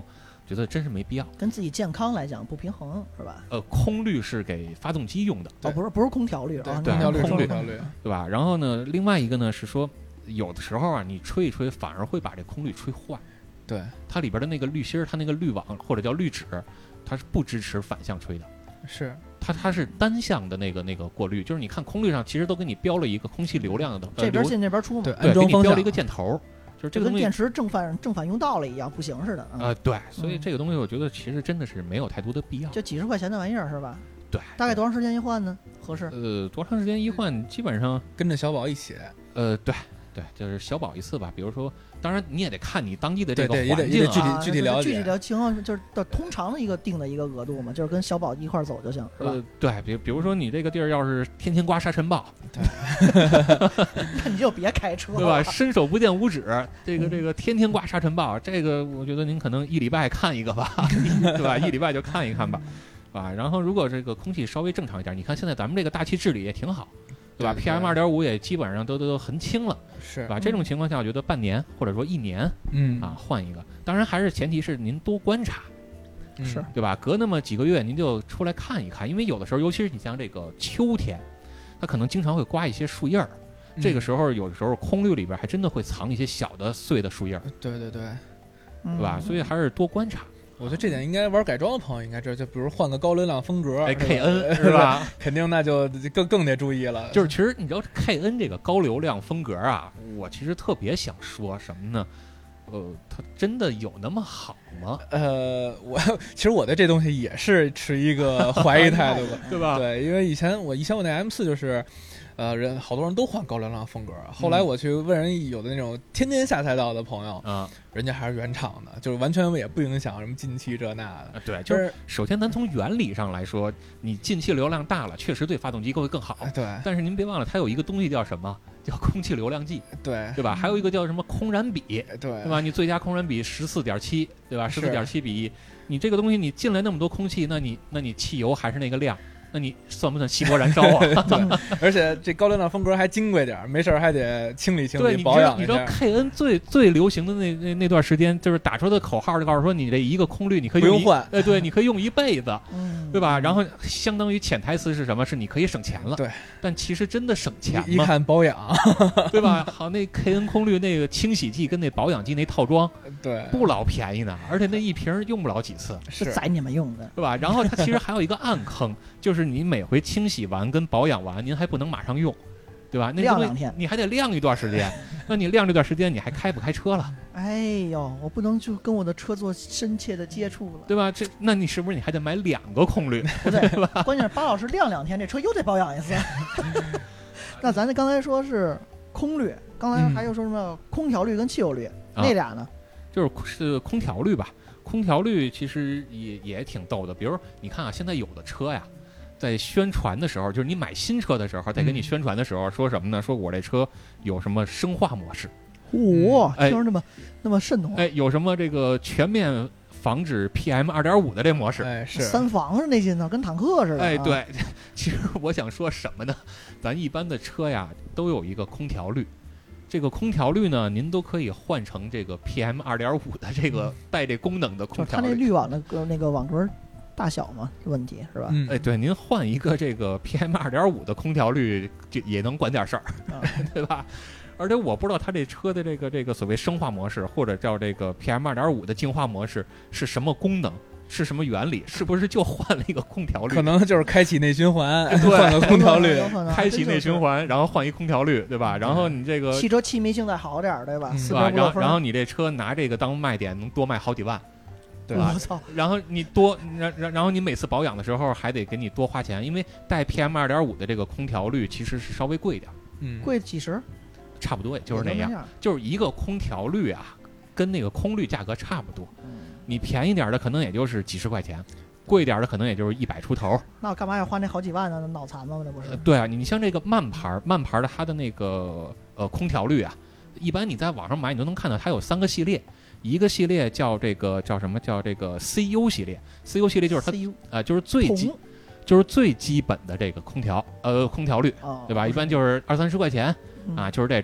觉得真是没必要。 跟自己健康来讲不平衡是吧？ 呃，空滤是给发动机用的， 哦，不是不是空调滤啊， 对空调滤， 空滤空调滤， 对吧？然后呢，另外一个呢是说，有的时候啊，你吹一吹，反而会把这空滤吹坏。 对， 它里边的那个滤芯儿，它那个滤网或者叫滤纸，它是不支持反向吹的。 是它它是单向的那个那个过滤，就是你看空滤上其实都给你标了一个空气流量的，呃、 这边进那边出嘛， 对， 对，给你标了一个箭头，就是这个东西跟电池正反正反用道理一样，不行似的。 啊、呃，对，所以这个东西我觉得其实真的是没有太多的必要， 就几十块钱的玩意儿是吧？ 对， 大概多长时间一换呢？合适？ 呃，多长时间一换？基本上跟着小宝一起。 呃，对。对，就是小保一次吧。比如说，当然你也得看你当地的这个对对环境、啊， 具体具体了解， 具体的情况就是的通常的一个定的一个额度嘛，就是跟小保一块走就行，是吧？ 呃，对，比比如说你这个地儿要是天天刮沙尘暴， 对， 那你就别开车了， 对吧？伸手不见五指，这个这个天天刮沙尘暴，这个我觉得您可能一礼拜看一个吧，对吧？一礼拜就看一看吧，啊。然后如果这个空气稍微正常一点，你看现在咱们这个大气治理也挺好。对吧 ？P M 二点五也基本上都都都很轻了， 是吧？这种情况下，我觉得半年或者说一年， 嗯啊，换一个。当然还是前提是您多观察， 是对吧？隔那么几个月您就出来看一看，因为有的时候，尤其是你像这个秋天，它可能经常会刮一些树叶儿，这个时候有的时候空滤里边还真的会藏一些小的碎的树叶儿， 对对对， 对吧？所以还是多观察。 我觉得这点应该玩改装的朋友应该知道，就比如换个高流量风格， 哎 ，K N 是吧？ 肯定那就更更得注意了。 就是其实你知道 K N 这个高流量风格啊，我其实特别想说什么呢？呃，它真的有那么好吗？ 呃，我其实我对这东西也是持一个怀疑态度的， 对吧？ 对，因为以前我以前我那 M 四就是。呃，人好多人都换高流量风格，后来我去问人，有的那种天天下赛道的朋友， 啊、嗯， 人家还是原厂的，就是完全也不影响什么进气这那的。 对，就是首先咱从原理上来说，你进气流量大了，确实对发动机会更好。 对， 但是您别忘了，它有一个东西叫什么？叫空气流量计。 对， 对吧？还有一个叫什么空燃比？ 对， 对吧？你最佳空燃比十四点七，对吧？十四点七比一，你这个东西你进来那么多空气，那你那你汽油还是那个量。那你算不算稀薄燃烧啊？ 对，而且这高流量风格还金贵点，没事还得清理清理、保养一下。 你知道 K N 最最流行的那那那段时间，就是打出的口号就告诉说，你这一个空滤你可以用不用换， 哎，对，你可以用一辈子， 嗯、 对吧？然后相当于潜台词是什么？是你可以省钱了。 对， 但其实真的省钱吗？ 一看保养， 对吧？好，那 K N 空滤那个清洗剂跟那保养剂那套装， 对， 不老便宜呢，而且那一瓶用不了几次， 是宰你们用的， 对吧？然后它其实还有一个暗坑，就是你每回清洗完跟保养完，您还不能马上用，对吧？那晾两天， 你还得晾一段时间。那你晾这段时间，你还开不开车了？ 哎呦，我不能就跟我的车做深切的接触了， 对吧？这那你是不是你还得买两个空滤？ 不对， 对吧？ 关键是巴老师晾两天，这车又得保养一次。那咱这刚才说是空滤，刚才还有说什么空调滤跟汽油滤， 嗯、 那俩呢？ 就是是空调滤吧。空调滤其实也也挺逗的，比如你看啊，现在有的车呀。在宣传的时候，就是你买新车的时候，在给你宣传的时候，说什么呢？说我这车有什么生化模式， 嚯、 嗯， 听着那么、哎、那么瘆得慌。 哎，有什么这个全面防止 P M 二点五 的这模式， 哎，是三防是那劲呢，跟坦克似的。 哎，对，其实我想说什么呢？咱一般的车呀，都有一个空调滤，这个空调滤呢，您都可以换成这个 P M 二点五 的这个带这功能的空调滤。 它那滤网的那个网格大小嘛问题是吧？ 嗯，哎，对，您换一个这个 P M 二点五 的空调滤，就也能管点事儿，啊、对吧？而且我不知道它这车的这个这个所谓生化模式，或者叫这个 P M 二点五 的净化模式是什么功能，是什么原理？是不是就换了一个空调滤？ 可能就是开启内循环，换个空调滤， 开启内循环，然后换一空调滤，对吧？然后你这个汽车气密性再好点，对吧？ 对吧？然后然后你这车拿这个当卖点，能多卖好几万。对吧？ 我操！ 然后你多，然然然后你每次保养的时候还得给你多花钱，因为带 P M 二点五 的这个空调滤其实是稍微贵一点， 嗯， 贵几十， 差不多就是那样，就是一个空调滤啊，跟那个空滤价格差不多， 嗯、 你便宜点的可能也就是几十块钱，贵一点的可能也就是一百出头。 那我干嘛要花那好几万呢？脑残吗？那不是、 呃？对啊，你像这个慢牌慢牌的它的那个呃空调滤啊，一般你在网上买你都能看到，它有三个系列。一个系列叫这个叫什么叫这个 C U 系列 ，C U 系列就是它啊、呃，就是最基就是最基本的这个空调呃空调滤， 哦、 对吧？一般就是二三十块钱、嗯、啊，就是这种。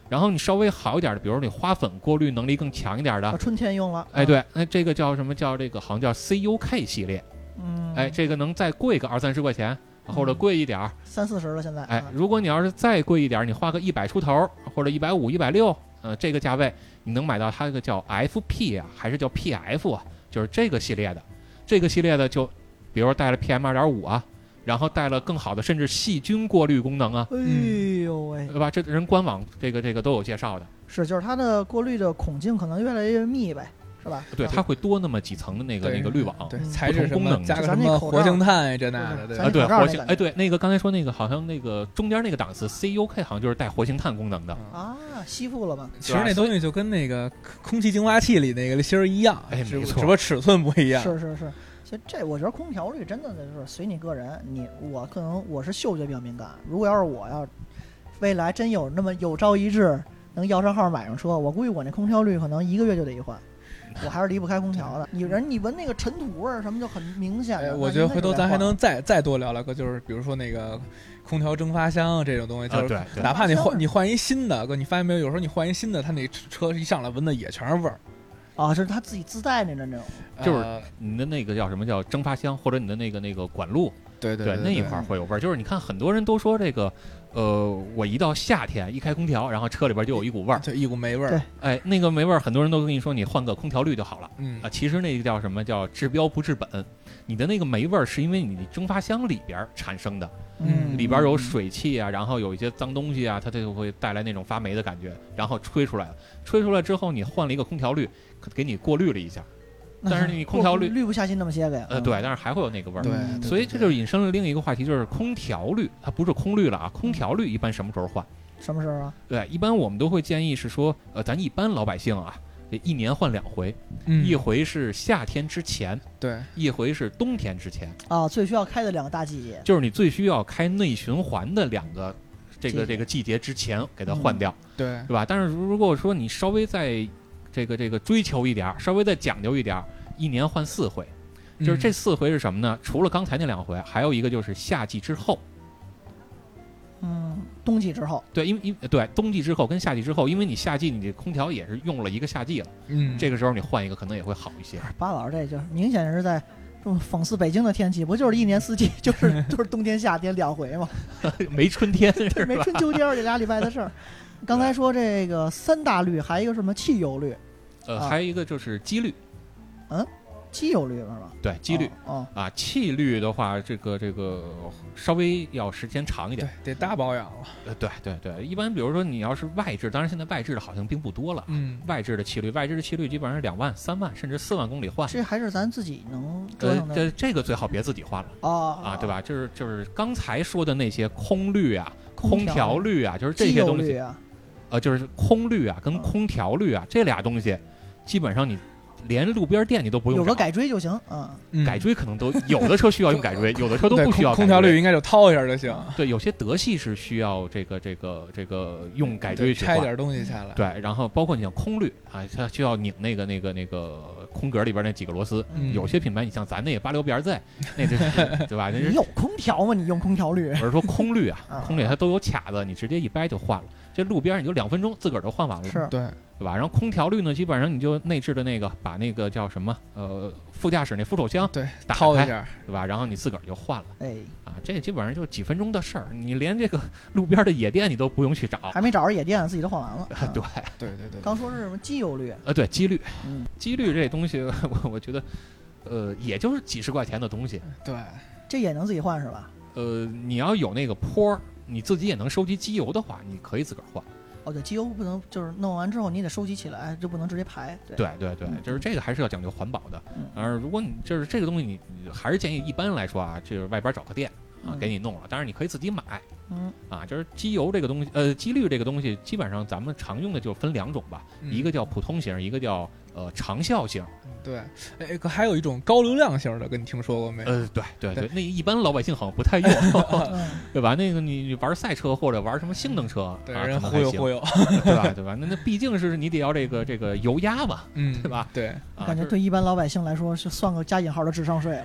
然后你稍微好一点的，比如你花粉过滤能力更强一点的， 春天用了。 哎，对，那这个叫什么叫这个好像叫 C U K 系列， 嗯， 哎，这个能再贵个二三十块钱，或者贵一点儿， 三四十了现在。 哎，如果你要是再贵一点，你花个一百出头或者一百五、一百六，呃，这个价位你能买到它这个叫 F P 啊，还是叫 P F 啊？就是这个系列的，这个系列的就，比如说带了 P M 二点五啊，然后带了更好的甚至细菌过滤功能啊， 哎呦喂， 对吧？这人官网这个这个都有介绍的。 是，就是它的过滤的孔径可能越来越密呗，是吧？ 对，它会多那么几层的那个那个滤网， 对， 嗯材质什么不同功能加个什么活性炭这那的，对啊，对， 口罩活性，哎， 那感觉对，那个刚才说那个好像那个中间那个档次 C U K 好像就是带活性炭功能的。 啊，吸附了吗？ 其实那东西就跟那个空气净化器里那个芯儿一样，只哎没错只不过尺寸不一样。 是是是，其实这我觉得空调滤真的就是随你个人，你我可能我是嗅觉比较敏感，如果要是我要未来真有那么有朝一日能摇上号买上车，我估计我那空调滤可能一个月就得一换。我还是离不开空调的。有人你闻那个尘土味儿什么就很明显的。 哎，我觉得回头咱还能再再多聊聊个，就是比如说那个空调蒸发箱这种东西，就是哪怕你换你换一新的，哥，你发现没有？有时候你换一新的，它那车一上来闻的也全是味儿。 啊，这是他自己自带那种那种， 就是你的那个叫什么叫蒸发箱，或者你的那个那个管路， 对对对，那一块会有味儿。就是你看很多人都说这个，呃，我一到夏天一开空调，然后车里边就有一股味儿， 就一股霉味儿。 哎，那个霉味儿，很多人都跟你说你换个空调滤就好了。 嗯啊，其实那个叫什么叫治标不治本，你的那个霉味儿是因为你蒸发箱里边产生的， 嗯， 里边有水汽啊，然后有一些脏东西啊，它就会带来那种发霉的感觉，然后吹出来了，吹出来之后你换了一个空调滤，给你过滤了一下。但是你空调滤滤不下去那么些个呀。 呃，对，但是还会有那个味儿。 对， 所以这就引申了另一个话题，就是空调滤，它不是空滤了啊。空调滤一般什么时候换？ 什么时候啊？ 对，一般我们都会建议是说，呃，咱一般老百姓啊，一年换两回， 嗯、 一回是夏天之前， 对， 一回是冬天之前。 啊，最需要开的两个大季节， 就是你最需要开内循环的两个这个这个季节之前给它换掉， 嗯、对， 对吧？但是如果说你稍微再这个这个追求一点，稍微再讲究一点。一年换四回，就是这四回是什么呢？嗯、除了刚才那两回，还有一个就是夏季之后。 嗯，冬季之后。 对，因为因对冬季之后跟夏季之后，因为你夏季你这空调也是用了一个夏季了， 嗯， 这个时候你换一个可能也会好一些。 巴老这就明显是在这种讽刺北京的天气，不就是一年四季，就是就是冬天夏天两回吗？ 没春天， 对，没春秋天这俩礼拜的事儿。刚才说这个三大滤，还有一个什么汽油滤？ 呃， 啊、 还有一个就是机滤。 嗯，机油滤是吧？ 对，机滤。 哦， 啊，气滤的话，这个这个稍微要时间长一点， 对，得大保养了。 呃，对对对，一般比如说你要是外置，当然现在外置的好像并不多了， 嗯， 外置的气滤，外置的气滤基本上是两万、三万甚至四万公里换。 这还是咱自己能折腾的。 呃，这这个最好别自己换了啊啊，对吧？就是就是刚才说的那些空滤啊、空调滤啊，就是这些东西啊， 呃，就是空滤啊跟空调滤啊这俩东西，基本上你。连路边店你都不用， 有个改锥就行啊。 嗯、 改锥可能都有的车需要用改锥，有的车都不需要改锥。 空调滤应该就掏一下就行。 对，有些德系是需要这个这个这个用改锥去拆点东西下来。 对，然后包括你像空滤啊，它需要拧那个那个那个空格里边那几个螺丝。 嗯、 有些品牌，你像咱那也八六 B R Z， 那就是对吧？ 你有空调吗？你用空调滤？ 我是说空滤啊，空滤它都有卡子，你直接一掰就换了。这路边你就两分钟自个儿就换完了。 是， 对。 对吧？然后空调滤呢，基本上你就内置的那个，把那个叫什么呃副驾驶那扶手箱对打开一下， 对吧？然后你自个儿就换了。 哎， 啊，这基本上就几分钟的事儿，你连这个路边的野店你都不用去找， 还没找着野店，自己都换完了。 啊、对对对对， 刚说是什么机油滤？ 呃，对，机滤， 嗯， 机滤这东西，我我觉得，呃，也就是几十块钱的东西。 对， 这也能自己换是吧？ 呃，你要有那个坡，你自己也能收集机油的话，你可以自个儿换。 哦，对，机油不能就是弄完之后你得收集起来，就不能直接排。对对对对，就是这个还是要讲究环保的。 嗯， 而如果你就是这个东西你，你还是建议一般来说啊，就是外边找个店啊、 嗯、 给你弄了，当然你可以自己买。 嗯， 啊，就是机油这个东西，呃，机滤这个东西，基本上咱们常用的就分两种吧， 嗯、 一个叫普通型，一个叫呃长效型。 对，哎，可还有一种高流量型的，跟你听说过没？ 呃，对对对，那一般老百姓好像不太用，对吧？那个你玩赛车或者玩什么性能车， 对， 啊、 人忽悠忽悠， 对吧？对吧？那那毕竟是你得要这个这个油压嘛， 嗯， 对吧？ 对， 感觉对一般老百姓来说是算个加引号的智商税了。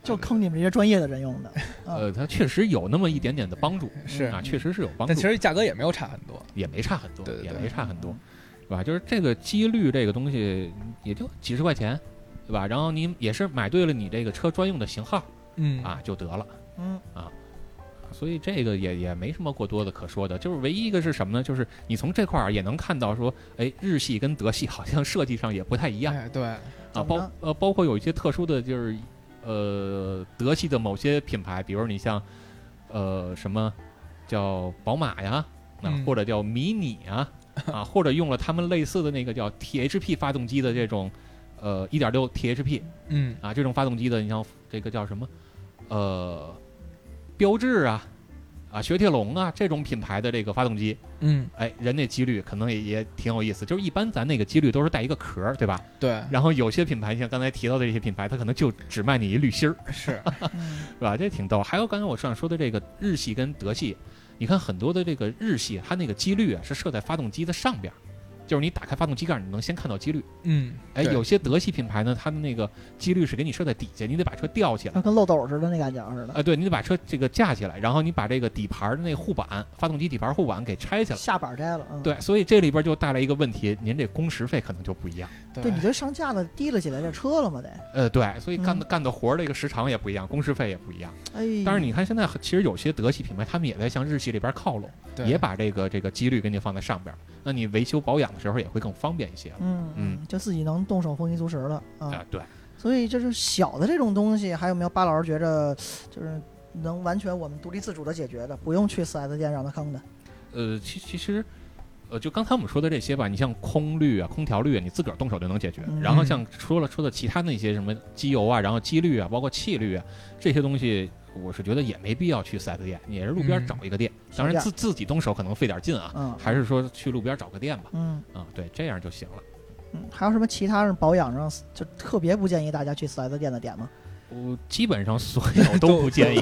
就坑你们这些专业的人用的。 呃，它确实有那么一点点的帮助， 是啊，确实是有帮助， 但其实价格也没有差很多， 也没差很多， 对对对也没差很多，是吧？就是这个机滤这个东西也就几十块钱，对吧？然后你也是买对了你这个车专用的型号， 嗯啊就得了， 嗯啊。所以这个也也没什么过多的可说的，就是唯一一个是什么呢？就是你从这块儿也能看到说，哎，日系跟德系好像设计上也不太一样， 哎，对啊，包呃包括有一些特殊的，就是呃德系的某些品牌，比如你像呃什么叫宝马呀，啊、 嗯、 或者叫迷你啊，啊或者用了他们类似的那个叫 T H P 发动机的这种呃 一点六 T H P， 嗯啊这种发动机的，你像这个叫什么呃。标致啊，啊，雪铁龙啊，这种品牌的这个发动机， 嗯， 哎，人那机滤可能也也挺有意思。就是一般咱那个机滤都是带一个壳，对吧？ 对。 然后有些品牌像刚才提到的这些品牌，它可能就只卖你一滤芯儿， 是， 是吧？这挺逗。还有刚才我上说的这个日系跟德系，你看很多的这个日系，它那个机滤啊是设在发动机的上边。就是你打开发动机盖，你能先看到机滤。 嗯， 哎，有些德系品牌呢，它的那个机滤是给你设在底下，你得把车吊起来， 跟漏斗似的那感觉似的。 啊、呃，对，你得把车这个架起来，然后你把这个底盘的那护板，发动机底盘护板给拆下来， 下板摘了。嗯、 对，所以这里边就带来一个问题，您这工时费可能就不一样。 对， 对你这上架了，提了起来这车了嘛得。 呃，对，所以干的、 嗯、 干的活儿这个时长也不一样，工时费也不一样。 哎， 但是你看现在其实有些德系品牌，他们也在向日系这边靠拢，也把这个这个机滤给你放在上边，那你维修保养的时候也会更方便一些。 嗯嗯，就自己能动手丰衣足食了啊、 呃。对， 所以就是小的这种东西，还有没有巴老师觉着就是能完全我们独立自主的解决的，不用去 四 S 店让他坑的？ 呃，其其实。呃，就刚才我们说的这些吧，你像空滤啊、空调滤啊，你自个儿动手就能解决。 嗯、 然后像说了说的其他那些什么机油啊，然后机滤啊，包括气滤啊，这些东西，我是觉得也没必要去四 S 店，你也是路边找一个店。嗯、当然自自己动手可能费点劲啊， 嗯、 还是说去路边找个店吧。 嗯啊，对，这样就行了。 嗯，还有什么其他保养上就特别不建议大家去四 S 店的点吗？ 我基本上所有都不建议。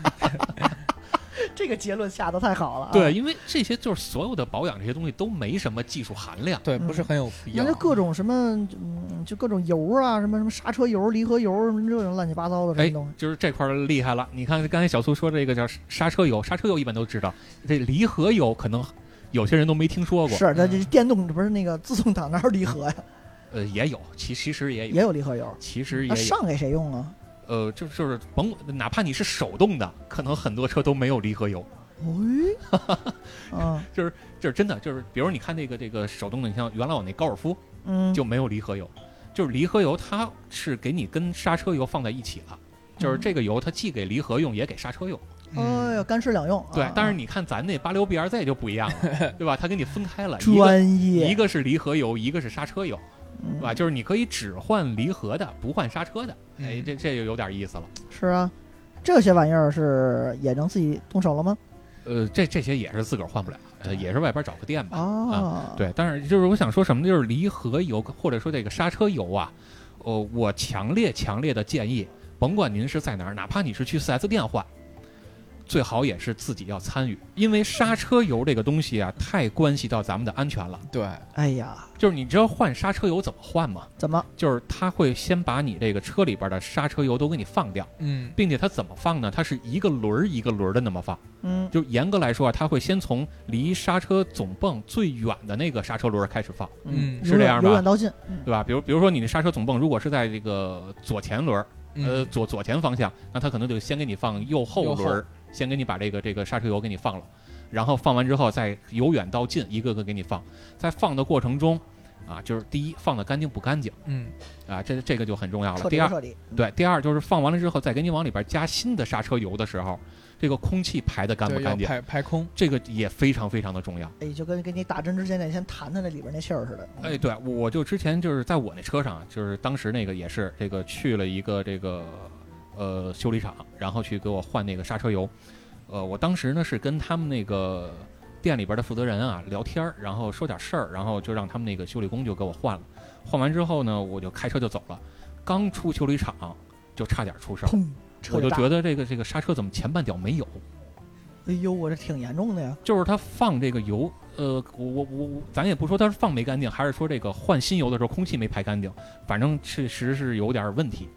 这个结论下得太好了、啊。 对，因为这些就是所有的保养这些东西都没什么技术含量， 对，不是很有必要。 那、嗯、就各种什么，嗯，就各种油啊，什么什么刹车油、离合油，什么这种乱七八糟的什么东西。 哎，就是这块厉害了。你看刚才小苏说这个叫刹车油，刹车油一般都知道，这离合油可能有些人都没听说过。 是，那这电动不是那个自动挡哪有离合呀？ 呃，也有，其其实也有， 也有离合油， 其实也有。 那上给谁用啊？ 呃，就就是甭，哪怕你是手动的，可能很多车都没有离合油。 哎，嗯， 就是就是真的，就是比如你看那个这个手动的，你像原来我那高尔夫， 嗯， 就没有离合油，就是离合油它是给你跟刹车油放在一起了，就是这个油它既给离合用，也给刹车用。 哎呀，干湿两用。 对， 啊、 但是你看咱那八六 B R Z 就不一样了，对吧？它给你分开了， 专业， 一个是离合油，一个是刹车油，对吧？就是你可以只换离合的，不换刹车的。哎，这这就有点意思了。 是啊，这些玩意儿是也能自己动手了吗？ 呃，这这些也是自个儿换不了，呃，也是外边找个店吧。 哦、 啊，对，但是就是我想说什么，就是离合油或者说这个刹车油啊，呃，我强烈强烈的建议，甭管您是在哪儿，哪怕你是去 四 S 店换，最好也是自己要参与，因为刹车油这个东西啊，太关系到咱们的安全了。 对， 哎呀， 就是你知道换刹车油怎么换吗？ 怎么？ 就是他会先把你这个车里边的刹车油都给你放掉， 嗯， 并且他怎么放呢？他是一个轮儿一个轮儿的那么放， 嗯， 就严格来说啊，他会先从离刹车总泵最远的那个刹车轮开始放， 嗯， 是这样吧？ 由远到近， 对吧？比如比如说你的刹车总泵如果是在这个左前轮，呃， 嗯、 左左前方向，那他可能就先给你放右后轮。先给你把这个这个刹车油给你放了，然后放完之后再由远到近一个个给你放，在放的过程中，啊，就是第一放的干净不干净， 嗯， 啊，这这个就很重要了。 第二，对，第二就是放完了之后，再给你往里边加新的刹车油的时候，这个空气排的干不干净， 排排空， 这个也非常非常的重要。 哎，就跟给你打针之前得先弹弹那里边那气儿似的。 哎，对，我就之前就是在我那车上，就是当时那个也是这个去了一个这个呃修理厂，然后去给我换那个刹车油。呃，我当时呢是跟他们那个店里边的负责人啊聊天，然后说点事儿，然后就让他们那个修理工就给我换了。换完之后呢，我就开车就走了。刚出修理厂就差点出事儿，我就觉得这个这个刹车怎么前半脚没有？ 哎呦，我这挺严重的呀！ 就是他放这个油，呃，我我我，咱也不说他是放没干净，还是说这个换新油的时候空气没排干净，反正确实是有点问题。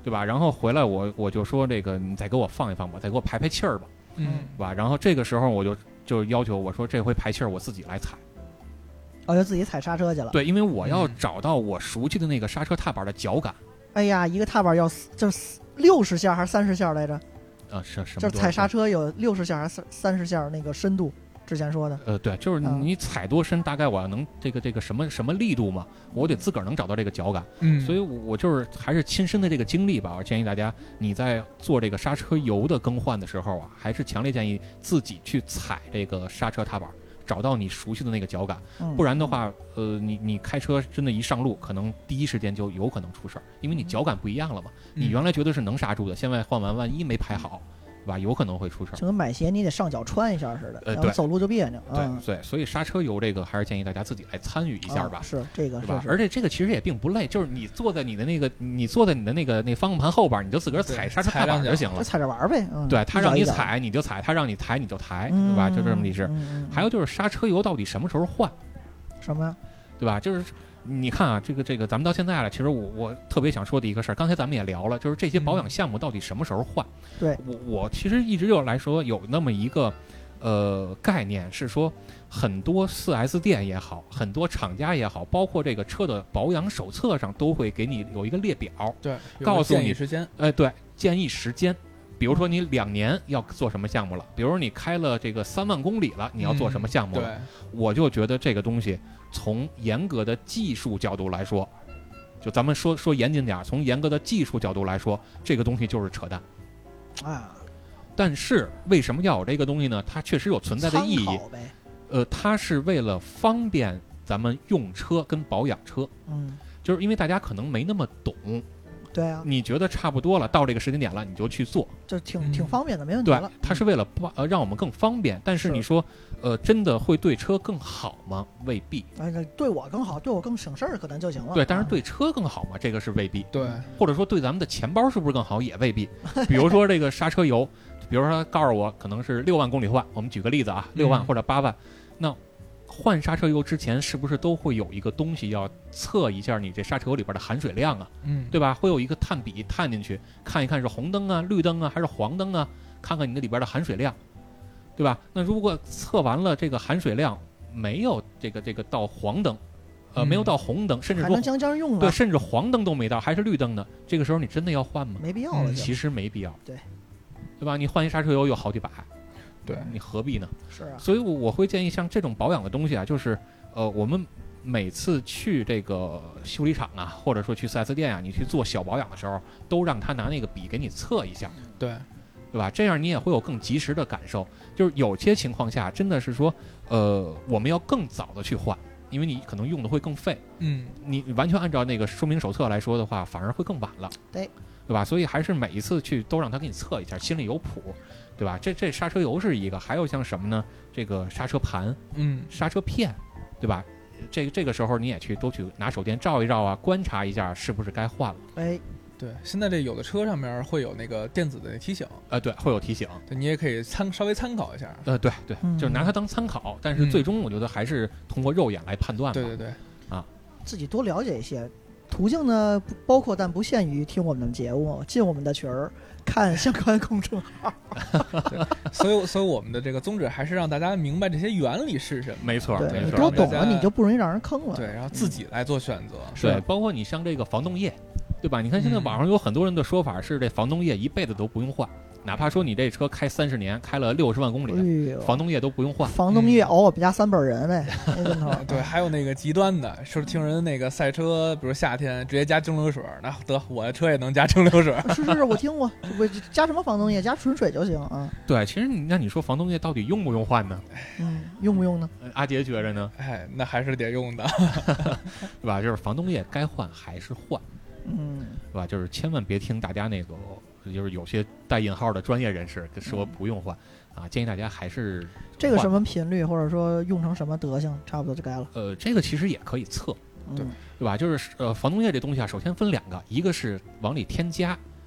对吧？然后回来我我就说这个你再给我放一放吧，再给我排排气儿吧， 嗯， 对吧？然后这个时候我就就要求我说这回排气儿我自己来踩， 哦，就自己踩刹车去了。 对，因为我要嗯找到我熟悉的那个刹车踏板的脚感。 哎呀，一个踏板要就是六十下还是三十下来着？ 啊，是什么？ 就是踩刹车有六十下还是三三十下那个深度？之前说的。 呃，对，就是你踩多深，大概我要能这个这个什么什么力度嘛，我得自个儿能找到这个脚感。 嗯， 所以我就是还是亲身的这个经历吧，我建议大家你在做这个刹车油的更换的时候啊，还是强烈建议自己去踩这个刹车踏板，找到你熟悉的那个脚感， 嗯、 不然的话，呃，你你开车真的一上路，可能第一时间就有可能出事儿，因为你脚感不一样了嘛。 嗯、 你原来觉得是能刹住的，现在换完万一没排好，对吧？有可能会出事儿。 就跟买鞋你得上脚穿一下似的， 呃、 然后走路就别扭。 对、 嗯、 对，所以刹车油这个还是建议大家自己来参与一下吧。 哦、是这个， 对吧？ 是是而且这个其实也并不累，就是你坐在你的那个，你坐在你的那个那方向盘后边，你就自个儿踩刹车踏板就行了， 就踩着玩呗。嗯、 对，他让你踩你就踩，他让你抬你就抬， 嗯、 对吧？就这么理智。 嗯嗯嗯、 还有就是刹车油到底什么时候换？ 什么呀？ 对吧？就是你看啊，这个这个，咱们到现在了，其实我我特别想说的一个事儿，刚才咱们也聊了，就是这些保养项目到底什么时候换？ 嗯、对我我其实一直有来说有那么一个呃概念是说，很多 四 S 店也好，很多厂家也好，包括这个车的保养手册上都会给你有一个列表， 对， 告诉你时间， 哎、呃，对，建议时间。比如说你两年要做什么项目了，比如说你开了这个三万公里了，你要做什么项目了？ 嗯、 我就觉得这个东西从严格的技术角度来说，就咱们说说严谨点，从严格的技术角度来说，这个东西就是扯淡啊。 但是为什么要有这个东西呢？它确实有存在的意义。呃，它是为了方便咱们用车跟保养车。 嗯， 就是因为大家可能没那么懂。 对啊， 你觉得差不多了，到这个时间点了，你就去做， 就挺挺方便的，没问题了。 对，它是为了呃让我们更方便，但是你说，呃，真的会对车更好吗？未必。 哎，对我更好，对我更省事儿，可能就行了。 对，但是对车更好吗？这个是未必。 对， 或者说对咱们的钱包是不是更好，也未必。比如说这个刹车油，比如说告诉我可能是六万公里换，我们举个例子啊，六万或者八万，嗯、那。换刹车油之前是不是都会有一个东西要测一下你这刹车油里边的含水量啊？ 嗯， 对吧？会有一个碳笔探进去看一看是红灯啊、绿灯啊还是黄灯啊，看看你那里边的含水量，对吧？那如果测完了这个含水量没有这个这个到黄灯，呃， 嗯、 没有到红灯，甚至说还能将将用了， 对，甚至黄灯都没到，还是绿灯的，这个时候你真的要换吗？ 没必要了、嗯， 其实没必要， 对， 对吧？你换一刹车油有好几百， 对， 你何必呢？ 是啊， 所以我会建议像这种保养的东西啊，就是。呃，我们每次去这个修理厂啊，或者说去 四 S 店啊，你去做小保养的时候，都让他拿那个笔给你测一下， 对， 对吧？这样你也会有更及时的感受。就是有些情况下，真的是说，呃，我们要更早的去换，因为你可能用的会更费。 嗯， 你完全按照那个说明手册来说的话，反而会更晚了。 对， 对吧？所以还是每一次去都让他给你测一下，心里有谱，对吧？这这刹车油是一个，还有像什么呢？这个刹车盘， 嗯， 刹车片。对吧？这个这个时候你也去都去拿手电照一照啊，观察一下是不是该换了。 哎， 对，现在这有的车上面会有那个电子的提醒， 呃，对，会有提醒， 对你也可以参稍微参考一下。 呃，对对， 嗯、 就是拿它当参考，但是最终我觉得还是通过肉眼来判断吧。 对对对， 啊， 自己多了解一些途径呢，包括但不限于听我们的节目，进我们的群儿。看相关公众号对，所以所以我们的这个宗旨还是让大家明白这些原理是什么。 没错，没错， 你都懂了，你就不容易让人坑了。 对，然后自己来做选择。 嗯、对，包括你像这个防冻液，对吧？你看现在网上有很多人的说法是，这防冻液一辈子都不用换，哪怕说你这车开三十年，开了六十万公里，哎、防冻液都不用换。 防冻液熬我们家三本人嘞， 嗯、对，还有那个极端的，是听人那个赛车，比如夏天直接加蒸馏水，那得我的车也能加蒸馏水。 是是是，我听过。我加什么防冻液？加纯水就行啊。 对，其实你那你说防冻液到底用不用换呢？ 嗯，用不用呢？ 阿杰觉着呢？ 哎，那还是得用的， 对吧？就是防冻液该换还是换， 嗯， 对吧？就是千万别听大家那个，就是有些带引号的专业人士说不用换、嗯、啊，建议大家还是这个什么频率，或者说用成什么德行，差不多就该了。 呃，这个其实也可以测， 对、 嗯、对吧？就是呃，防冻液这东西啊，首先分两个，一个是往里添加。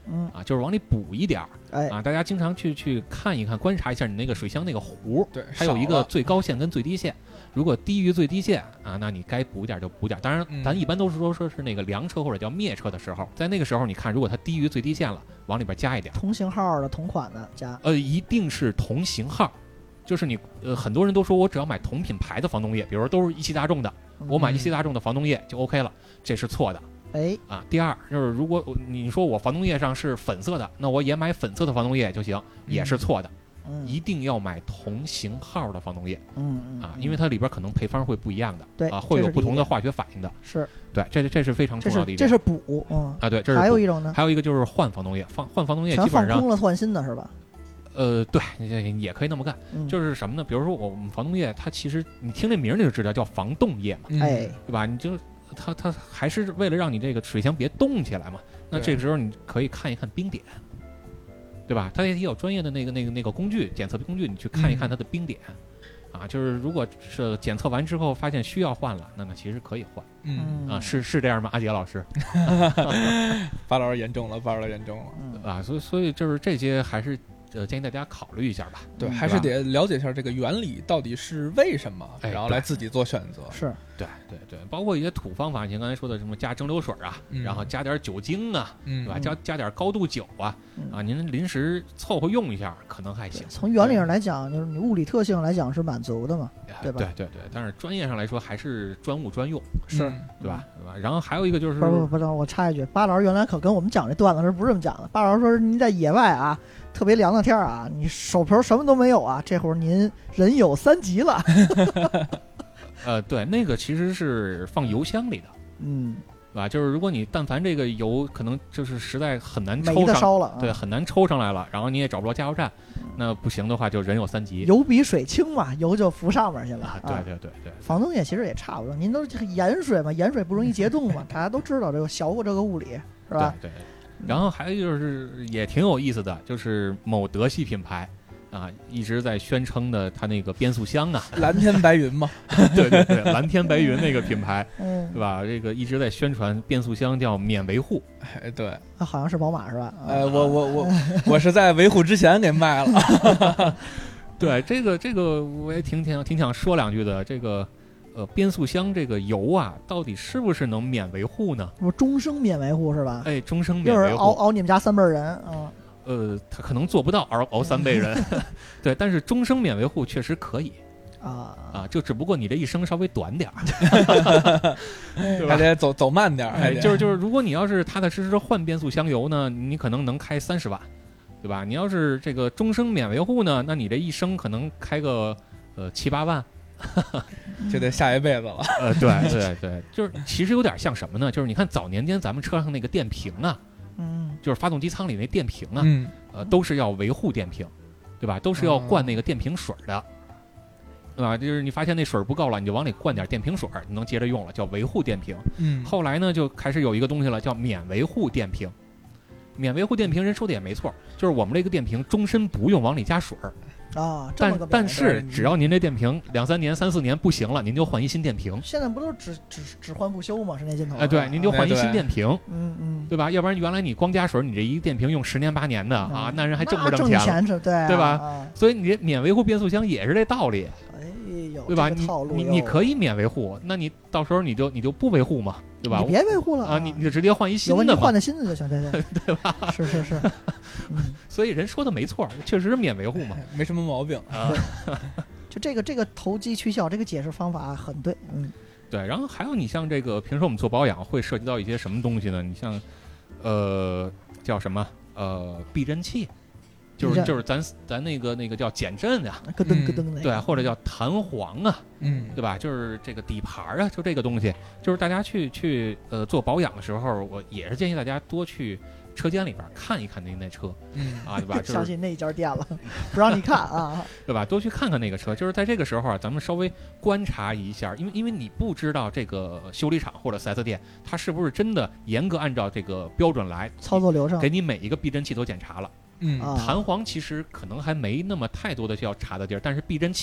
嗯啊，就是往里补一点儿哎啊。大家经常去去看一看，观察一下你那个水箱那个壶， 对， 它有一少了个最高线跟最低线。如果低于最低线啊，那你该补点就补点。当然， 嗯咱一般都是说说是那个凉车或者叫灭车的时候，在那个时候你看，如果它低于最低线了，往里边加一点。 同型号的同款的加， 呃，一定是同型号，就是你呃，很多人都说我只要买同品牌的防冻液，比如说都是一汽大众的，我买一汽大众的防冻液就 OK 了，这是错的哎， 啊。第二就是如果你说我防冻液上是粉色的，那我也买粉色的防冻液就行，也是错的。 嗯一定要买同型号的防冻液嗯嗯啊，因为它里边可能配方会不一样的， 对啊，会有这是第一点不同的化学反应的。 是对，这这是非常这重要的一点。 是这是补，嗯， 啊，对，这是补还有一种呢， 还有一个就是换防冻液，放换防冻液全基本上放空了换新的是吧？ 呃，对，也也可以那么干。 嗯， 就是什么呢？比如说我们防冻液，它其实你听这名儿你就知道叫防冻液嘛， 嗯哎， 对吧？你就它它还是为了让你这个水箱别冻起来嘛。那这个时候你可以看一看冰点，对吧？它也有专业的那个那个那个工具检测工具，你去看一看它的冰点。啊，就是如果是检测完之后发现需要换了，那么其实可以换嗯， 啊，是是这样吗？阿杰老师巴老师严重了，巴老师严重了。 嗯啊，所以所以就是这些还是呃建议大家考虑一下吧。 对， 嗯还是得了解一下这个原理到底是为什么， 哎然后来自己做选择。 是， 对对对，包括一些土方法，像刚才说的什么加蒸馏水啊， 嗯然后加点酒精啊， 嗯， 对吧？加加点高度酒啊， 嗯啊，您临时凑合用一下可能还行。 从原理上来讲，就是你物理特性来讲是满足的嘛，对吧对对对，但是专业上来说还是专物专用， 是对吧？对吧？然后还有一个就是不是不是不是，我插一句，巴老师原来可跟我们讲这段子时不是这么讲的。巴老师说，您在野外啊，特别凉的天儿啊，你手头什么都没有啊，这会儿您人有三急了。 呃，对，那个其实是放油箱里的， 嗯， 对吧？就是如果你但凡这个油可能就是实在很难没抽上， 得烧了啊。 对，很难抽上来了，然后你也找不着加油站，那不行的话就人有三急。 油比水轻嘛，油就浮上面去了。 啊，对对对对， 防冻液其实也差不多，您都是盐水嘛，盐水不容易结冻嘛，大家都知道这个小过这个物理是吧？ 对对。然后还有就是也挺有意思的，就是某德系品牌啊一直在宣称的它那个变速箱啊， 蓝天白云嘛， 对对对，蓝天白云那个品牌， 嗯， 对吧？这个一直在宣传变速箱叫免维护。 哎，对， 啊好像是宝马是吧？啊呃，我我我我是在维护之前给卖了。 对，这个这个我也挺挺挺想说两句的。这个呃，变速箱这个油啊，到底是不是能免维护呢？ 不是终生免维护是吧？ 哎，终生又是熬免维护。 熬你们家三辈儿人啊。 呃，他可能做不到熬熬三辈人，对，但是终生免维护确实可以啊啊，就只不过你这一生稍微短点儿，对吧？ 还得走走慢点儿，还哎， 得就是就是，如果你要是踏踏实实换变速箱油呢，你可能能开三十万，对吧？你要是这个终生免维护呢，那你这一生可能开个呃七八万。 就得下一辈子了。 呃，对对对，就是其实有点像什么呢？就是你看早年间咱们车上那个电瓶啊， 嗯就是发动机舱里那电瓶啊， 嗯， 呃，都是要维护电瓶，对吧？都是要灌那个电瓶水的，对吧？就是你发现那水不够了，你就往里灌点电瓶水，你能接着用了，叫维护电瓶。 嗯， 后来呢，就开始有一个东西了，叫免维护电瓶。免维护电瓶，人说的也没错，就是我们这个电瓶终身不用往里加水儿， 啊，这么但个表但是嗯只要您这电瓶两三年、三四年不行了，您就换一新电瓶。 现在不都是只只只换不修吗？是那劲头。 哎，对，您就换一新电瓶， 嗯嗯， 对吧？要不然原来你光加水，你这一个电瓶用十年八年的啊，那人还挣不挣钱了？ 钱是，对啊对吧啊所以你这免维护变速箱也是这道理， 哎呦， 对吧？ 这个你套路哟你你可以免维护，那你到时候你就你就不维护嘛，对吧？ 你别维护了啊，你你就直接换一新有问题的嘛换。的新的就行，对对对吧？ 是是是，嗯， 所以人说的没错，确实是免维护嘛。 没什么毛病。 啊， 就这个这个投机取巧这个解释方法很对，嗯对。然后还有你像这个平时我们做保养会涉及到一些什么东西呢？你像呃叫什么呃避震器，就避震是就是咱咱那个那个叫减震呀、 咯噔咯噔的， 对，或者叫弹簧啊， 嗯， 对吧？就是这个底盘啊，就这个东西，就是大家去去呃做保养的时候，我也是建议大家多去车间里边看一看您那车嗯啊，对吧？就是相信那一家店了，不让你看啊， 对吧？多去看看那个车，就是在这个时候啊，咱们稍微观察一下，因为因为你不知道这个修理厂或者 四 S 店，它是不是真的严格按照这个标准来操作流程给你每一个避震器都检查了。 嗯啊弹簧其实可能还没那么太多的需要查的地儿，但是避震器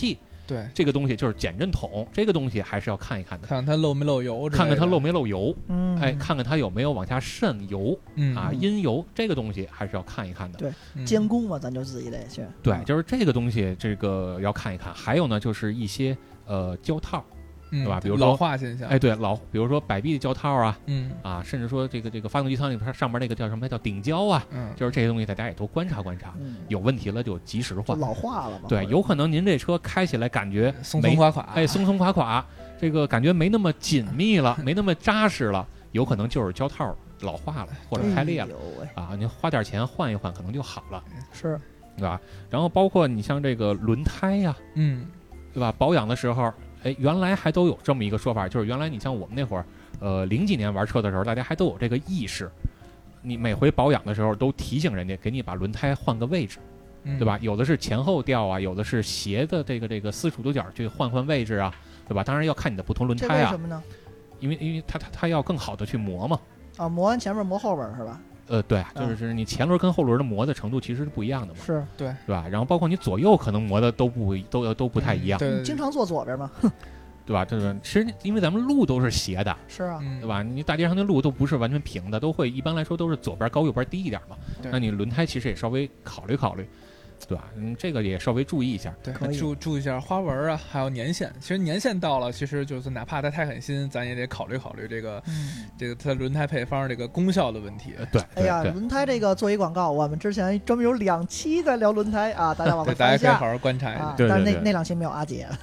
对， 这个东西就是减震筒，这个东西还是要看一看的， 看看它漏没漏油， 看看它漏没漏油， 嗯， 哎，看看它有没有往下渗油， 嗯啊，阴油，这个东西还是要看一看的。 对， 嗯监工嘛，咱就自己得去。 对，就是这个东西，这个要看一看。还有呢，就是一些呃胶套， 嗯对吧？比如说老化现象， 哎，对，老，比如说摆臂的胶套啊， 嗯啊，甚至说这个这个发动机舱里边上面那个叫什么叫顶胶啊， 嗯， 就是这些东西，大家也都观察观察， 嗯， 有问题了就及时就换。 老化了嘛。 对，有可能您这车开起来感觉没松松垮垮， 哎，松松垮垮，这个感觉没那么紧密了，没那么扎实了，有可能就是胶套老化了或者开裂了哎呦喂， 啊，您花点钱换一换，可能就好了， 是， 对吧？然后包括你像这个轮胎呀、 嗯对吧？保养的时候，哎，原来还都有这么一个说法，就是原来你像我们那会儿，呃，零几年玩车的时候，大家还都有这个意识，你每回保养的时候都提醒人家给你把轮胎换个位置， 嗯， 对吧？有的是前后调啊，有的是斜的这个这个四十五度角去换换位置啊，对吧？当然要看你的不同轮这胎啊， 为什么呢？ 因为因为它它它要更好的去磨嘛。 啊，磨完前面磨后边儿是吧？ 呃，对啊，就是是你前轮跟后轮的磨的程度其实是不一样的嘛， 是， 对， 对吧？然后包括你左右可能磨的都不都都不太一样， 对， 你经常坐左边吗？ 对吧？这个其实因为咱们路都是斜的， 是啊， 嗯对吧？你大街上的路都不是完全平的，都会一般来说都是左边高右边低一点嘛。 对那你轮胎其实也稍微考虑考虑，对吧？嗯，这个也稍微注意一下。 对可，以注注意一下花纹啊，还有年限。其实年限到了，其实就是哪怕它太狠心，咱也得考虑考虑这个嗯。 这个它轮胎配方这个功效的问题。 呃，对， 哎呀， 对对轮胎这个做一广告，我们之前专门有两期在聊轮胎啊，大家往对， 回翻一下大家可以好好观察一下。 啊。 对对但是那对那两期没有阿姐，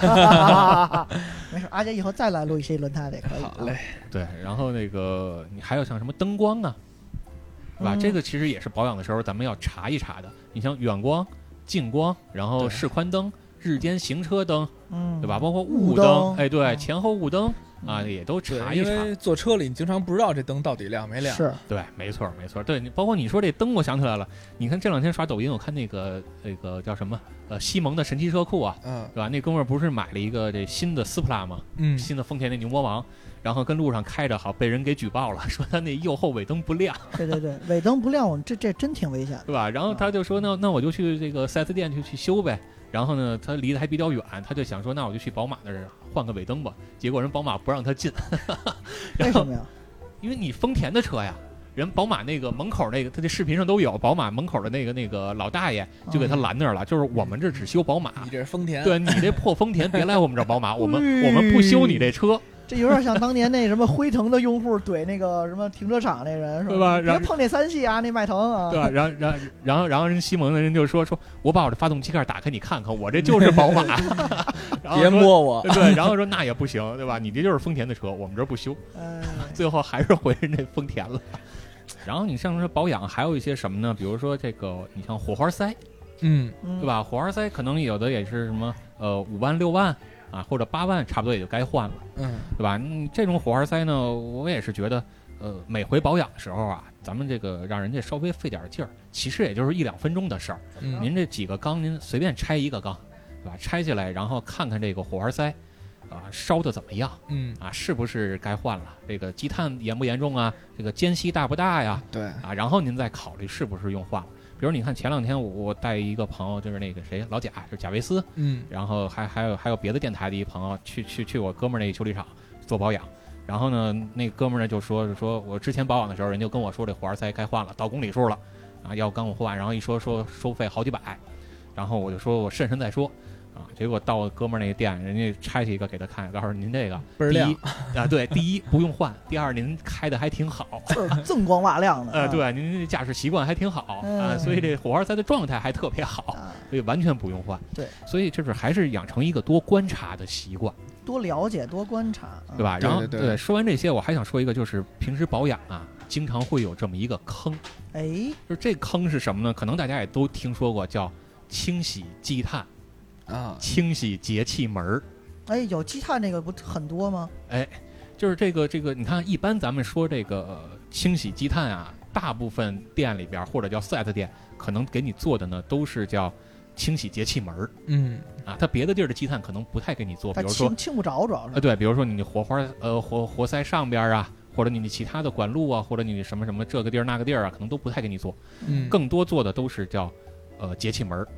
没事，阿姐以后再来录一期轮胎的也可以。 好嘞， 对。然后那个你还有像什么灯光啊，对吧？ 嗯这个其实也是保养的时候咱们要查一查的。你像远光、近光，然后对示宽灯、日间行车灯， 嗯， 对吧？包括雾雾灯，哎，对， 嗯前后雾灯啊，也都对， 查一查。 因为坐车里你经常不知道这灯到底亮没亮。 是， 对，没错没错。对，你包括你说这灯，我想起来了。你看这两天刷抖音，我看那个那个叫什么呃西蒙的神奇车库啊， 嗯对吧？那哥们儿不是买了一个这新的斯普拉吗？ 嗯， 新的丰田那牛魔王，然后跟路上开着，好被人给举报了，说他那右后尾灯不亮， 对对对，尾灯不亮，这这真挺危险的。 对吧？然后他就说那那我就去这个 四 S 店去去修呗。然后呢，他离得还比较远，他就想说那我就去宝马那儿换个尾灯吧。结果人宝马不让他进，然后为什么呀？ 因为你丰田的车呀。人宝马那个门口那个，他这视频上都有，宝马门口的那个那个老大爷就给他拦那儿了，就是我们这只修宝马， 你这是丰田， 对你这破丰田别来我们这儿宝马，我们我们不修你这车， 这有点像当年那什么辉腾的用户怼那个什么停车场那人，是对吧然后别碰那三系啊，那迈腾啊， 对吧？然后然后然后然后人西蒙的人就说说，我把我这发动机盖打开你看看，我这就是宝马，然后别说摸我。 对，然后说那也不行，对吧？你这就是丰田的车，我们这儿不修， 哎， 最后还是回人家丰田了。然后你像说保养还有一些什么呢？比如说这个，你像火花塞， 嗯， 嗯对？吧？火花塞可能有的也是什么呃五万六万啊，或者八万，差不多也就该换了， 嗯， 对吧？嗯，这种火花塞呢，我也是觉得，呃，每回保养的时候啊，咱们这个让人家稍微费点劲儿，其实也就是一两分钟的事儿。 嗯您这几个缸，您随便拆一个缸，对吧？拆下来，然后看看这个火花塞，啊，烧的怎么样嗯， 啊？是不是该换了？这个积碳严不严重啊？这个间隙大不大呀？ 对， 啊，然后您再考虑是不是用换了。比如你看前两天我我带一个朋友，就是那个谁老贾，就是贾维斯， 嗯然后还还有还有别的电台的一朋友去去去我哥们儿那修理厂做保养，然后呢那哥们儿呢就说说我之前保养的时候人就跟我说这火花塞该换了，到公里数了啊，要跟我换，然后一说说收费好几百，然后我就说我慎慎再说。啊，结果到我哥们儿那个店，人家拆下一个给他看，告诉您这个倍儿亮第一啊，对，第一不用换，第二您开的还挺好， 锃锃光瓦亮的， 呃， 啊对，您这驾驶习惯还挺好啊， 嗯所以这火花塞的状态还特别好， 啊， 所以完全不用换。 对， 所以就是还是养成一个多观察的习惯， 多了解，多观察，啊对？吧？然后对对对说完这些，我还想说一个，就是平时保养啊，经常会有这么一个坑， 哎， 就是这坑是什么呢？可能大家也都听说过，叫清洗积碳、 啊， 清洗节气门儿。 哎，有积碳那个不很多吗？ 哎，就是这个这个，你看，一般咱们说这个、呃清洗积碳啊，大部分店里边或者叫四 S 店，可能给你做的呢都是叫清洗节气门儿嗯啊，它别的地儿的积碳可能不太给你做，比它如说清清不着，主要呃， 是。 对，比如说你的火花呃活活塞上边啊，或者你的其他的管路啊，或者你什么什么这个地儿那个地儿啊，可能都不太给你做， 嗯， 更多做的都是叫呃节气门儿，对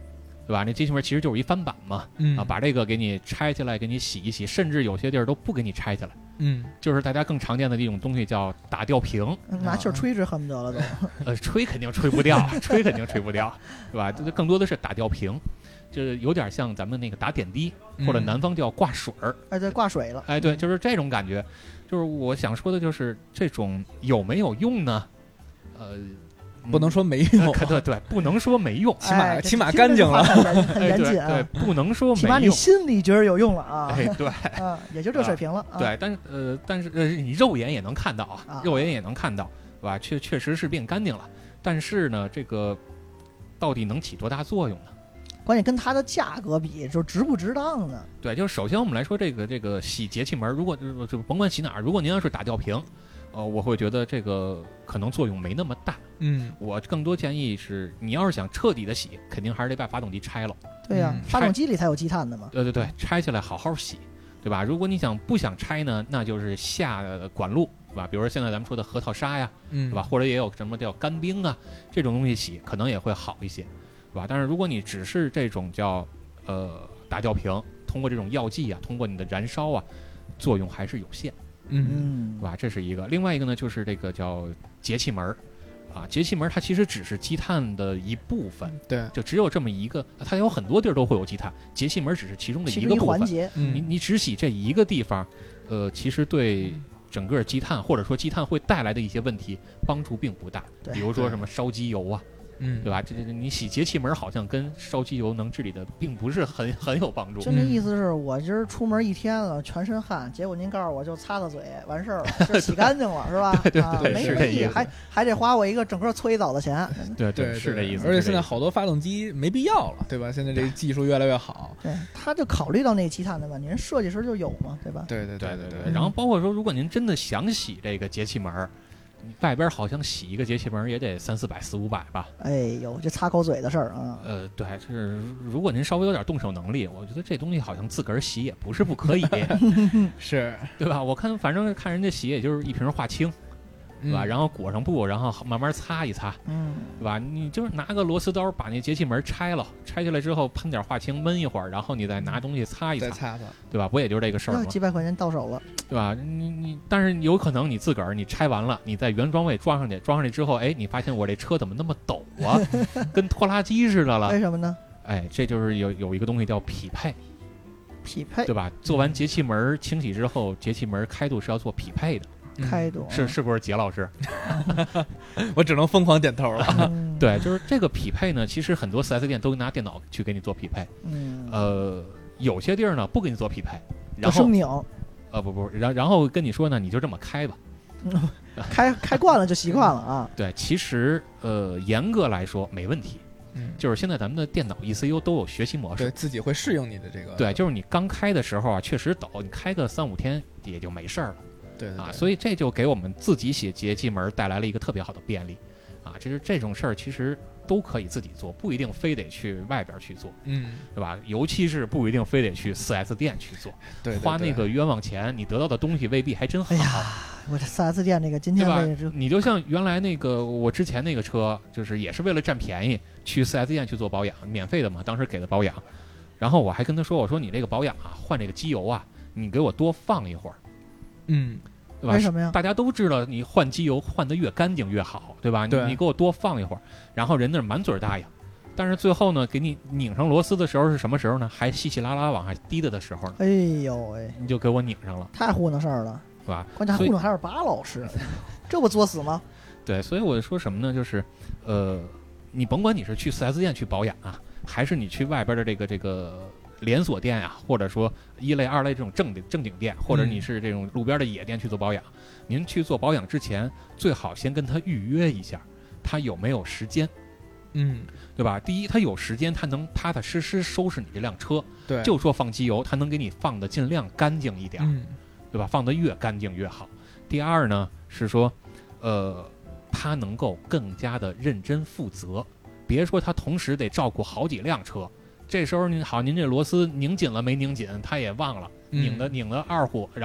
对吧？那节气门其实就是一翻板嘛， 嗯啊，把这个给你拆下来，给你洗一洗，甚至有些地儿都不给你拆下来， 嗯， 就是大家更常见的一种东西叫打吊瓶， 拿气儿吹吹恨不得了都。 呃，吹肯定吹不掉，吹肯定吹不掉，对吧？这更多的是打吊瓶，这有点像咱们那个打点滴，或者南方叫挂水儿， 哎，对，挂水了。 哎，对，就是这种感觉。就是我想说的就是这种有没有用呢？呃。 不能说没用， 对对对，不能说没用， 起码、 哎、 起码干净了， 很严很严谨啊、 哎对。对，不能说没用， 起码你心里觉得有用了啊。 哎，对， 啊，也就这水平了。啊、 对，但是呃，但是呃，你肉眼也能看到啊， 啊肉眼也能看到，是吧？确确实是变干净了，但是呢，这个到底能起多大作用呢？ 关键跟它的价格比，就值不值当呢？ 对，就是首先我们来说这个这个洗节气门，如果就就甭管洗哪儿，如果您要是打吊瓶。呃，我会觉得这个可能作用没那么大。 嗯， 我更多建议是，你要是想彻底的洗，肯定还是得把发动机拆了。 对呀、啊嗯， 发动机里才有积碳的嘛。 对对对，拆下来好好洗，对吧？如果你想不想拆呢，那就是下管路，对吧？比如说现在咱们说的核桃沙呀， 嗯， 对吧？或者也有什么叫干冰啊，这种东西洗可能也会好一些，对吧？但是如果你只是这种叫呃打吊瓶，通过这种药剂啊，通过你的燃烧啊，作用还是有限。 嗯， 对吧？这是一个。另外一个呢，就是这个叫节气门，啊，节气门它其实只是积碳的一部分， 对， 就只有这么一个，它有很多地儿都会有积碳，节气门只是其中的一个部分。 环节， 嗯、 你你只洗这一个地方，呃，其实对整个积碳或者说积碳会带来的一些问题帮助并不大。比如说什么烧机油啊。 嗯， 对吧？这这你洗节气门好像跟烧机油能治理的并不是很很有帮助。 就那意思是我今儿出门一天了，全身汗，结果您告诉我就擦擦嘴完事儿了，就洗干净了是吧？ 对对啊， 对， 没是这意思， 还还得花我一个整个搓一澡的钱。 对对， 是这意思。 而且现在好多发动机没必要了，对吧？现在这个技术越来越好。 对，他就考虑到那个积碳的问题，人设计师就有嘛，对吧？ 对对对对对。然后包括说，如果您真的想洗这个节气门。外边好像洗一个节气门也得三四百、四五百吧。 哎呦，这擦口嘴的事儿啊。 呃，对，是如果您稍微有点动手能力，我觉得这东西好像自个儿洗也不是不可以， 是， 对吧？我看反正看人家洗，也就是一瓶化清，对吧？ 嗯、 然后裹上布，然后慢慢擦一擦， 嗯， 对吧？你就是拿个螺丝刀把那节气门拆了，拆下来之后喷点化清焖一会儿，然后你再拿东西擦一擦， 再擦擦， 对吧？不也就是这个事儿吗？ 几百块钱到手了， 对吧？你你，但是有可能你自个儿你拆完了，你在原装位装上去，装上去之后，哎，你发现我这车怎么那么抖啊，跟拖拉机似的了？ 为什么呢？ 哎，这就是有有一个东西叫匹配， 匹配， 对吧？做完节气门清洗之后，节气门开度是要做匹配的。 开度是是不是杰老师？ 我只能疯狂点头了。 嗯、 对，就是这个匹配呢，其实很多 四 S 店都拿电脑去给你做匹配。 嗯， 呃，有些地儿呢不给你做匹配，然后生拧， 呃不不，然然后跟你说呢，你就这么开吧。 嗯、开开惯了就习惯了啊。 对，其实呃严格来说没问题。 嗯， 就是现在咱们的电脑 E C U 都有学习模式， 对自己会适应你的这个。 对，就是你刚开的时候啊，确实抖，你开个三五天也就没事儿了。 对, 对, 对啊，所以这就给我们自己写节气门带来了一个特别好的便利，啊，这是这种事儿其实都可以自己做，不一定非得去外边去做， 嗯， 对吧？尤其是不一定非得去 四 S 店去做， 对, 对, 对， 花那个冤枉钱，你得到的东西未必还真好。 哎呀，我这四 S 店那个今天为对吧？你就像原来那个我之前那个车，就是也是为了占便宜去 四 S 店去做保养，免费的嘛，当时给的保养，然后我还跟他说，我说你这个保养啊，换这个机油啊，你给我多放一会儿， 嗯。 对吧？ 为什么呀？ 大家都知道，你换机油换得越干净越好，对吧？ 对， 你你给我多放一会儿，然后人那满嘴答应，但是最后呢，给你拧上螺丝的时候是什么时候呢？还稀稀拉拉往下滴的的时候呢？ 哎呦喂， 你就给我拧上了， 太糊弄事儿了， 是吧？ 关键还糊弄还是巴老师，这不作死吗？ 对，所以我说什么呢？就是，呃，你甭管你是去 四 S 店去保养啊，还是你去外边的这个这个。连锁店呀、啊，或者说一类、二类这种正正经店，或者你是这种路边的野店去做保养，嗯、您去做保养之前，最好先跟他预约一下，他有没有时间， 嗯， 对吧？第一，他有时间，他能踏踏实实收拾你这辆车， 对， 就说放机油，他能给你放的尽量干净一点， 嗯、 对吧？放的越干净越好。第二呢，是说，呃，他能够更加的认真负责，别说他同时得照顾好几辆车。这时候您好，您这螺丝拧紧了没拧紧，他也忘了，拧的拧的二乎，然后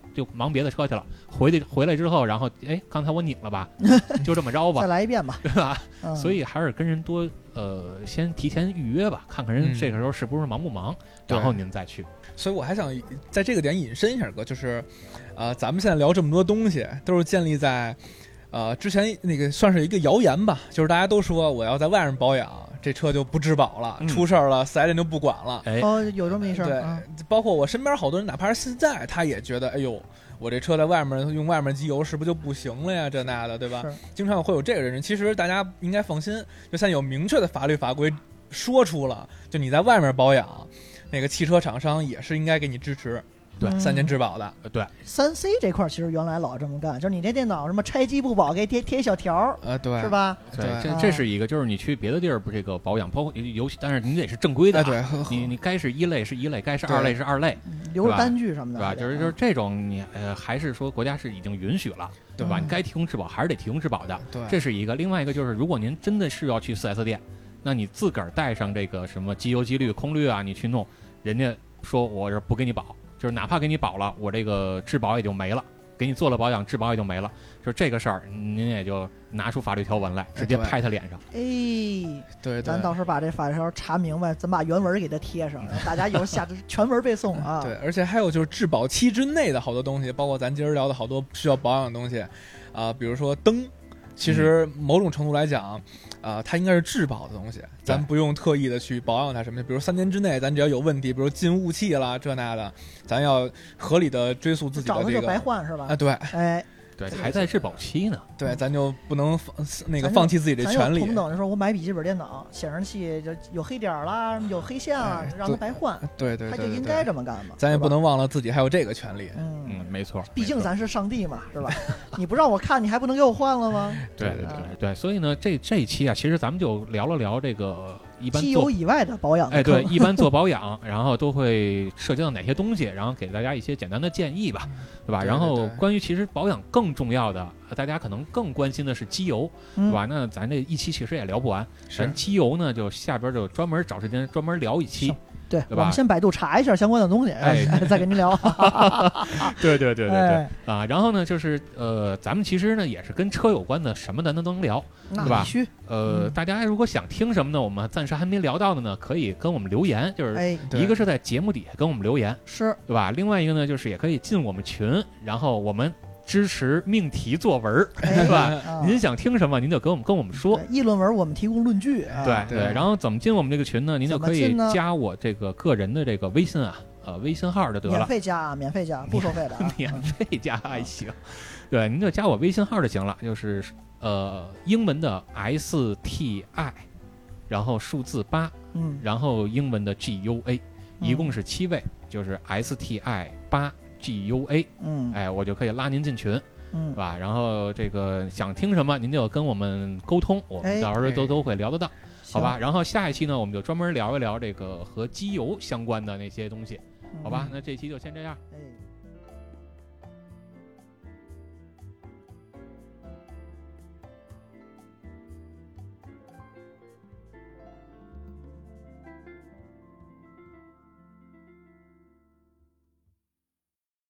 就忙别的车去了。回去回来之后，然后哎，刚才我拧了吧，就这么着吧， 再来一遍吧， 对吧？ 嗯、 所以还是跟人多呃，先提前预约吧，看看人这个时候是不是忙不忙，嗯、然后您再去。 所以我还想在这个点引申一下哥，就是，呃，咱们现在聊这么多东西，都是建立在，呃，之前那个算是一个谣言吧，就是大家都说我要在外面保养，这车就不质保了，嗯、出事儿了四 S 店就不管了。 哎， 哦，有这么一事儿。 对， 嗯、 包括我身边好多人，哪怕是现在，他也觉得，哎呦，我这车在外面用外面机油是不是就不行了呀？这那的，对吧？经常会有这个人。其实大家应该放心，就现在有明确的法律法规说出了，就你在外面保养。那个汽车厂商也是应该给你支持，对、嗯、三年质保的， 对。 三 C 这块其实原来老这么干，就是你这电脑什么拆机不保，给贴贴小条， 呃，对， 是吧？ 对，这这是一个，就是你去别的地儿不这个保养，包括尤其，但是你得是正规的、啊， 对， 你你该是一类是一类，该是二类是二类， 留着单据什么的， 对吧？就是就是这种你呃，还是说国家是已经允许了，对吧？ 嗯、 你该提供质保还是得提供质保的， 对， 这是一个。另外一个就是，如果您真的是要去 四 S 店，那你自个儿带上这个什么机油机滤、空滤啊，你去弄，人家。说我是不给你保，就是哪怕给你保了，我这个质保也就没了，给你做了保养，质保也就没了。就是这个事儿，您也就拿出法律条文来，直接拍他脸上。 哎， 对， 咱到时候把这法律条查明白，咱把原文给他贴上，大家以后下全文背诵啊。 对，而且还有就是质保期之内的好多东西，包括咱今儿聊的好多需要保养的东西，啊、呃，比如说灯，其实某种程度来讲。啊、呃，它应该是质保的东西，咱不用特意的去保养它什么的。比如三年之内，咱只要有问题，比如进雾气啦这那的，咱要合理的追溯自己的这个。 找的就白换是吧？ 啊，对， 哎， 对，还在质保期呢。 对，咱就不能放那个放弃自己的权利。 同等的说，我买笔记本电脑，显示器就有黑点啦，有黑线啊， 哎、 让它白换。 对对对，他就应该这么干嘛。 咱也不能忘了自己还有这个权利。 嗯嗯，没错。 毕竟咱是上帝嘛，是吧？你不让我看，你还不能给我换了吗？ 对对对对，所以呢，这这一期啊，其实咱们就聊了聊这个。一般机油以外的保养， 哎，对，一般做保养，然后都会涉及到哪些东西，然后给大家一些简单的建议吧，对吧？ 对对对， 然后关于其实保养更重要的，大家可能更关心的是机油， 嗯、 对吧？那咱这一期其实也聊不完，咱机油呢就下边就专门找时间专门聊一期。 对， 对吧？ 我们先百度查一下相关的东西，哎，再跟您聊。 对对对对对、 哎、 啊！然后呢，就是呃，咱们其实呢也是跟车有关的，什么咱都能聊，对吧？ 必须。 呃、嗯，大家如果想听什么呢，我们暂时还没聊到的呢，可以跟我们留言，就是一个是在节目底下跟我们留言， 是、哎、 对吧？另外一个呢，就是也可以进我们群，然后我们。支持命题作文， 哎、 是吧、 啊？ 您想听什么，您就跟我们跟我们说。 议论文我们提供论据。啊、 对对，然后怎么进我们这个群呢？您就可以加我这个个人的这个微信啊，呃，微信号就得了。 免费加，免费加，不收费的、啊。 免费加还行。对，您就加我微信号就行了，就是呃英文的 S T I， 然后数字八， 嗯， 然后英文的 G U A， 一共是七位，嗯、就是 S T I 八。G U A， 嗯， 哎，我就可以拉您进群， 嗯， 是吧？然后这个想听什么，您就跟我们沟通，我们到时候都、哎、都会聊得到，好吧？然后下一期呢，我们就专门聊一聊这个和机油相关的那些东西，好吧？ 嗯、 那这期就先这样。 哎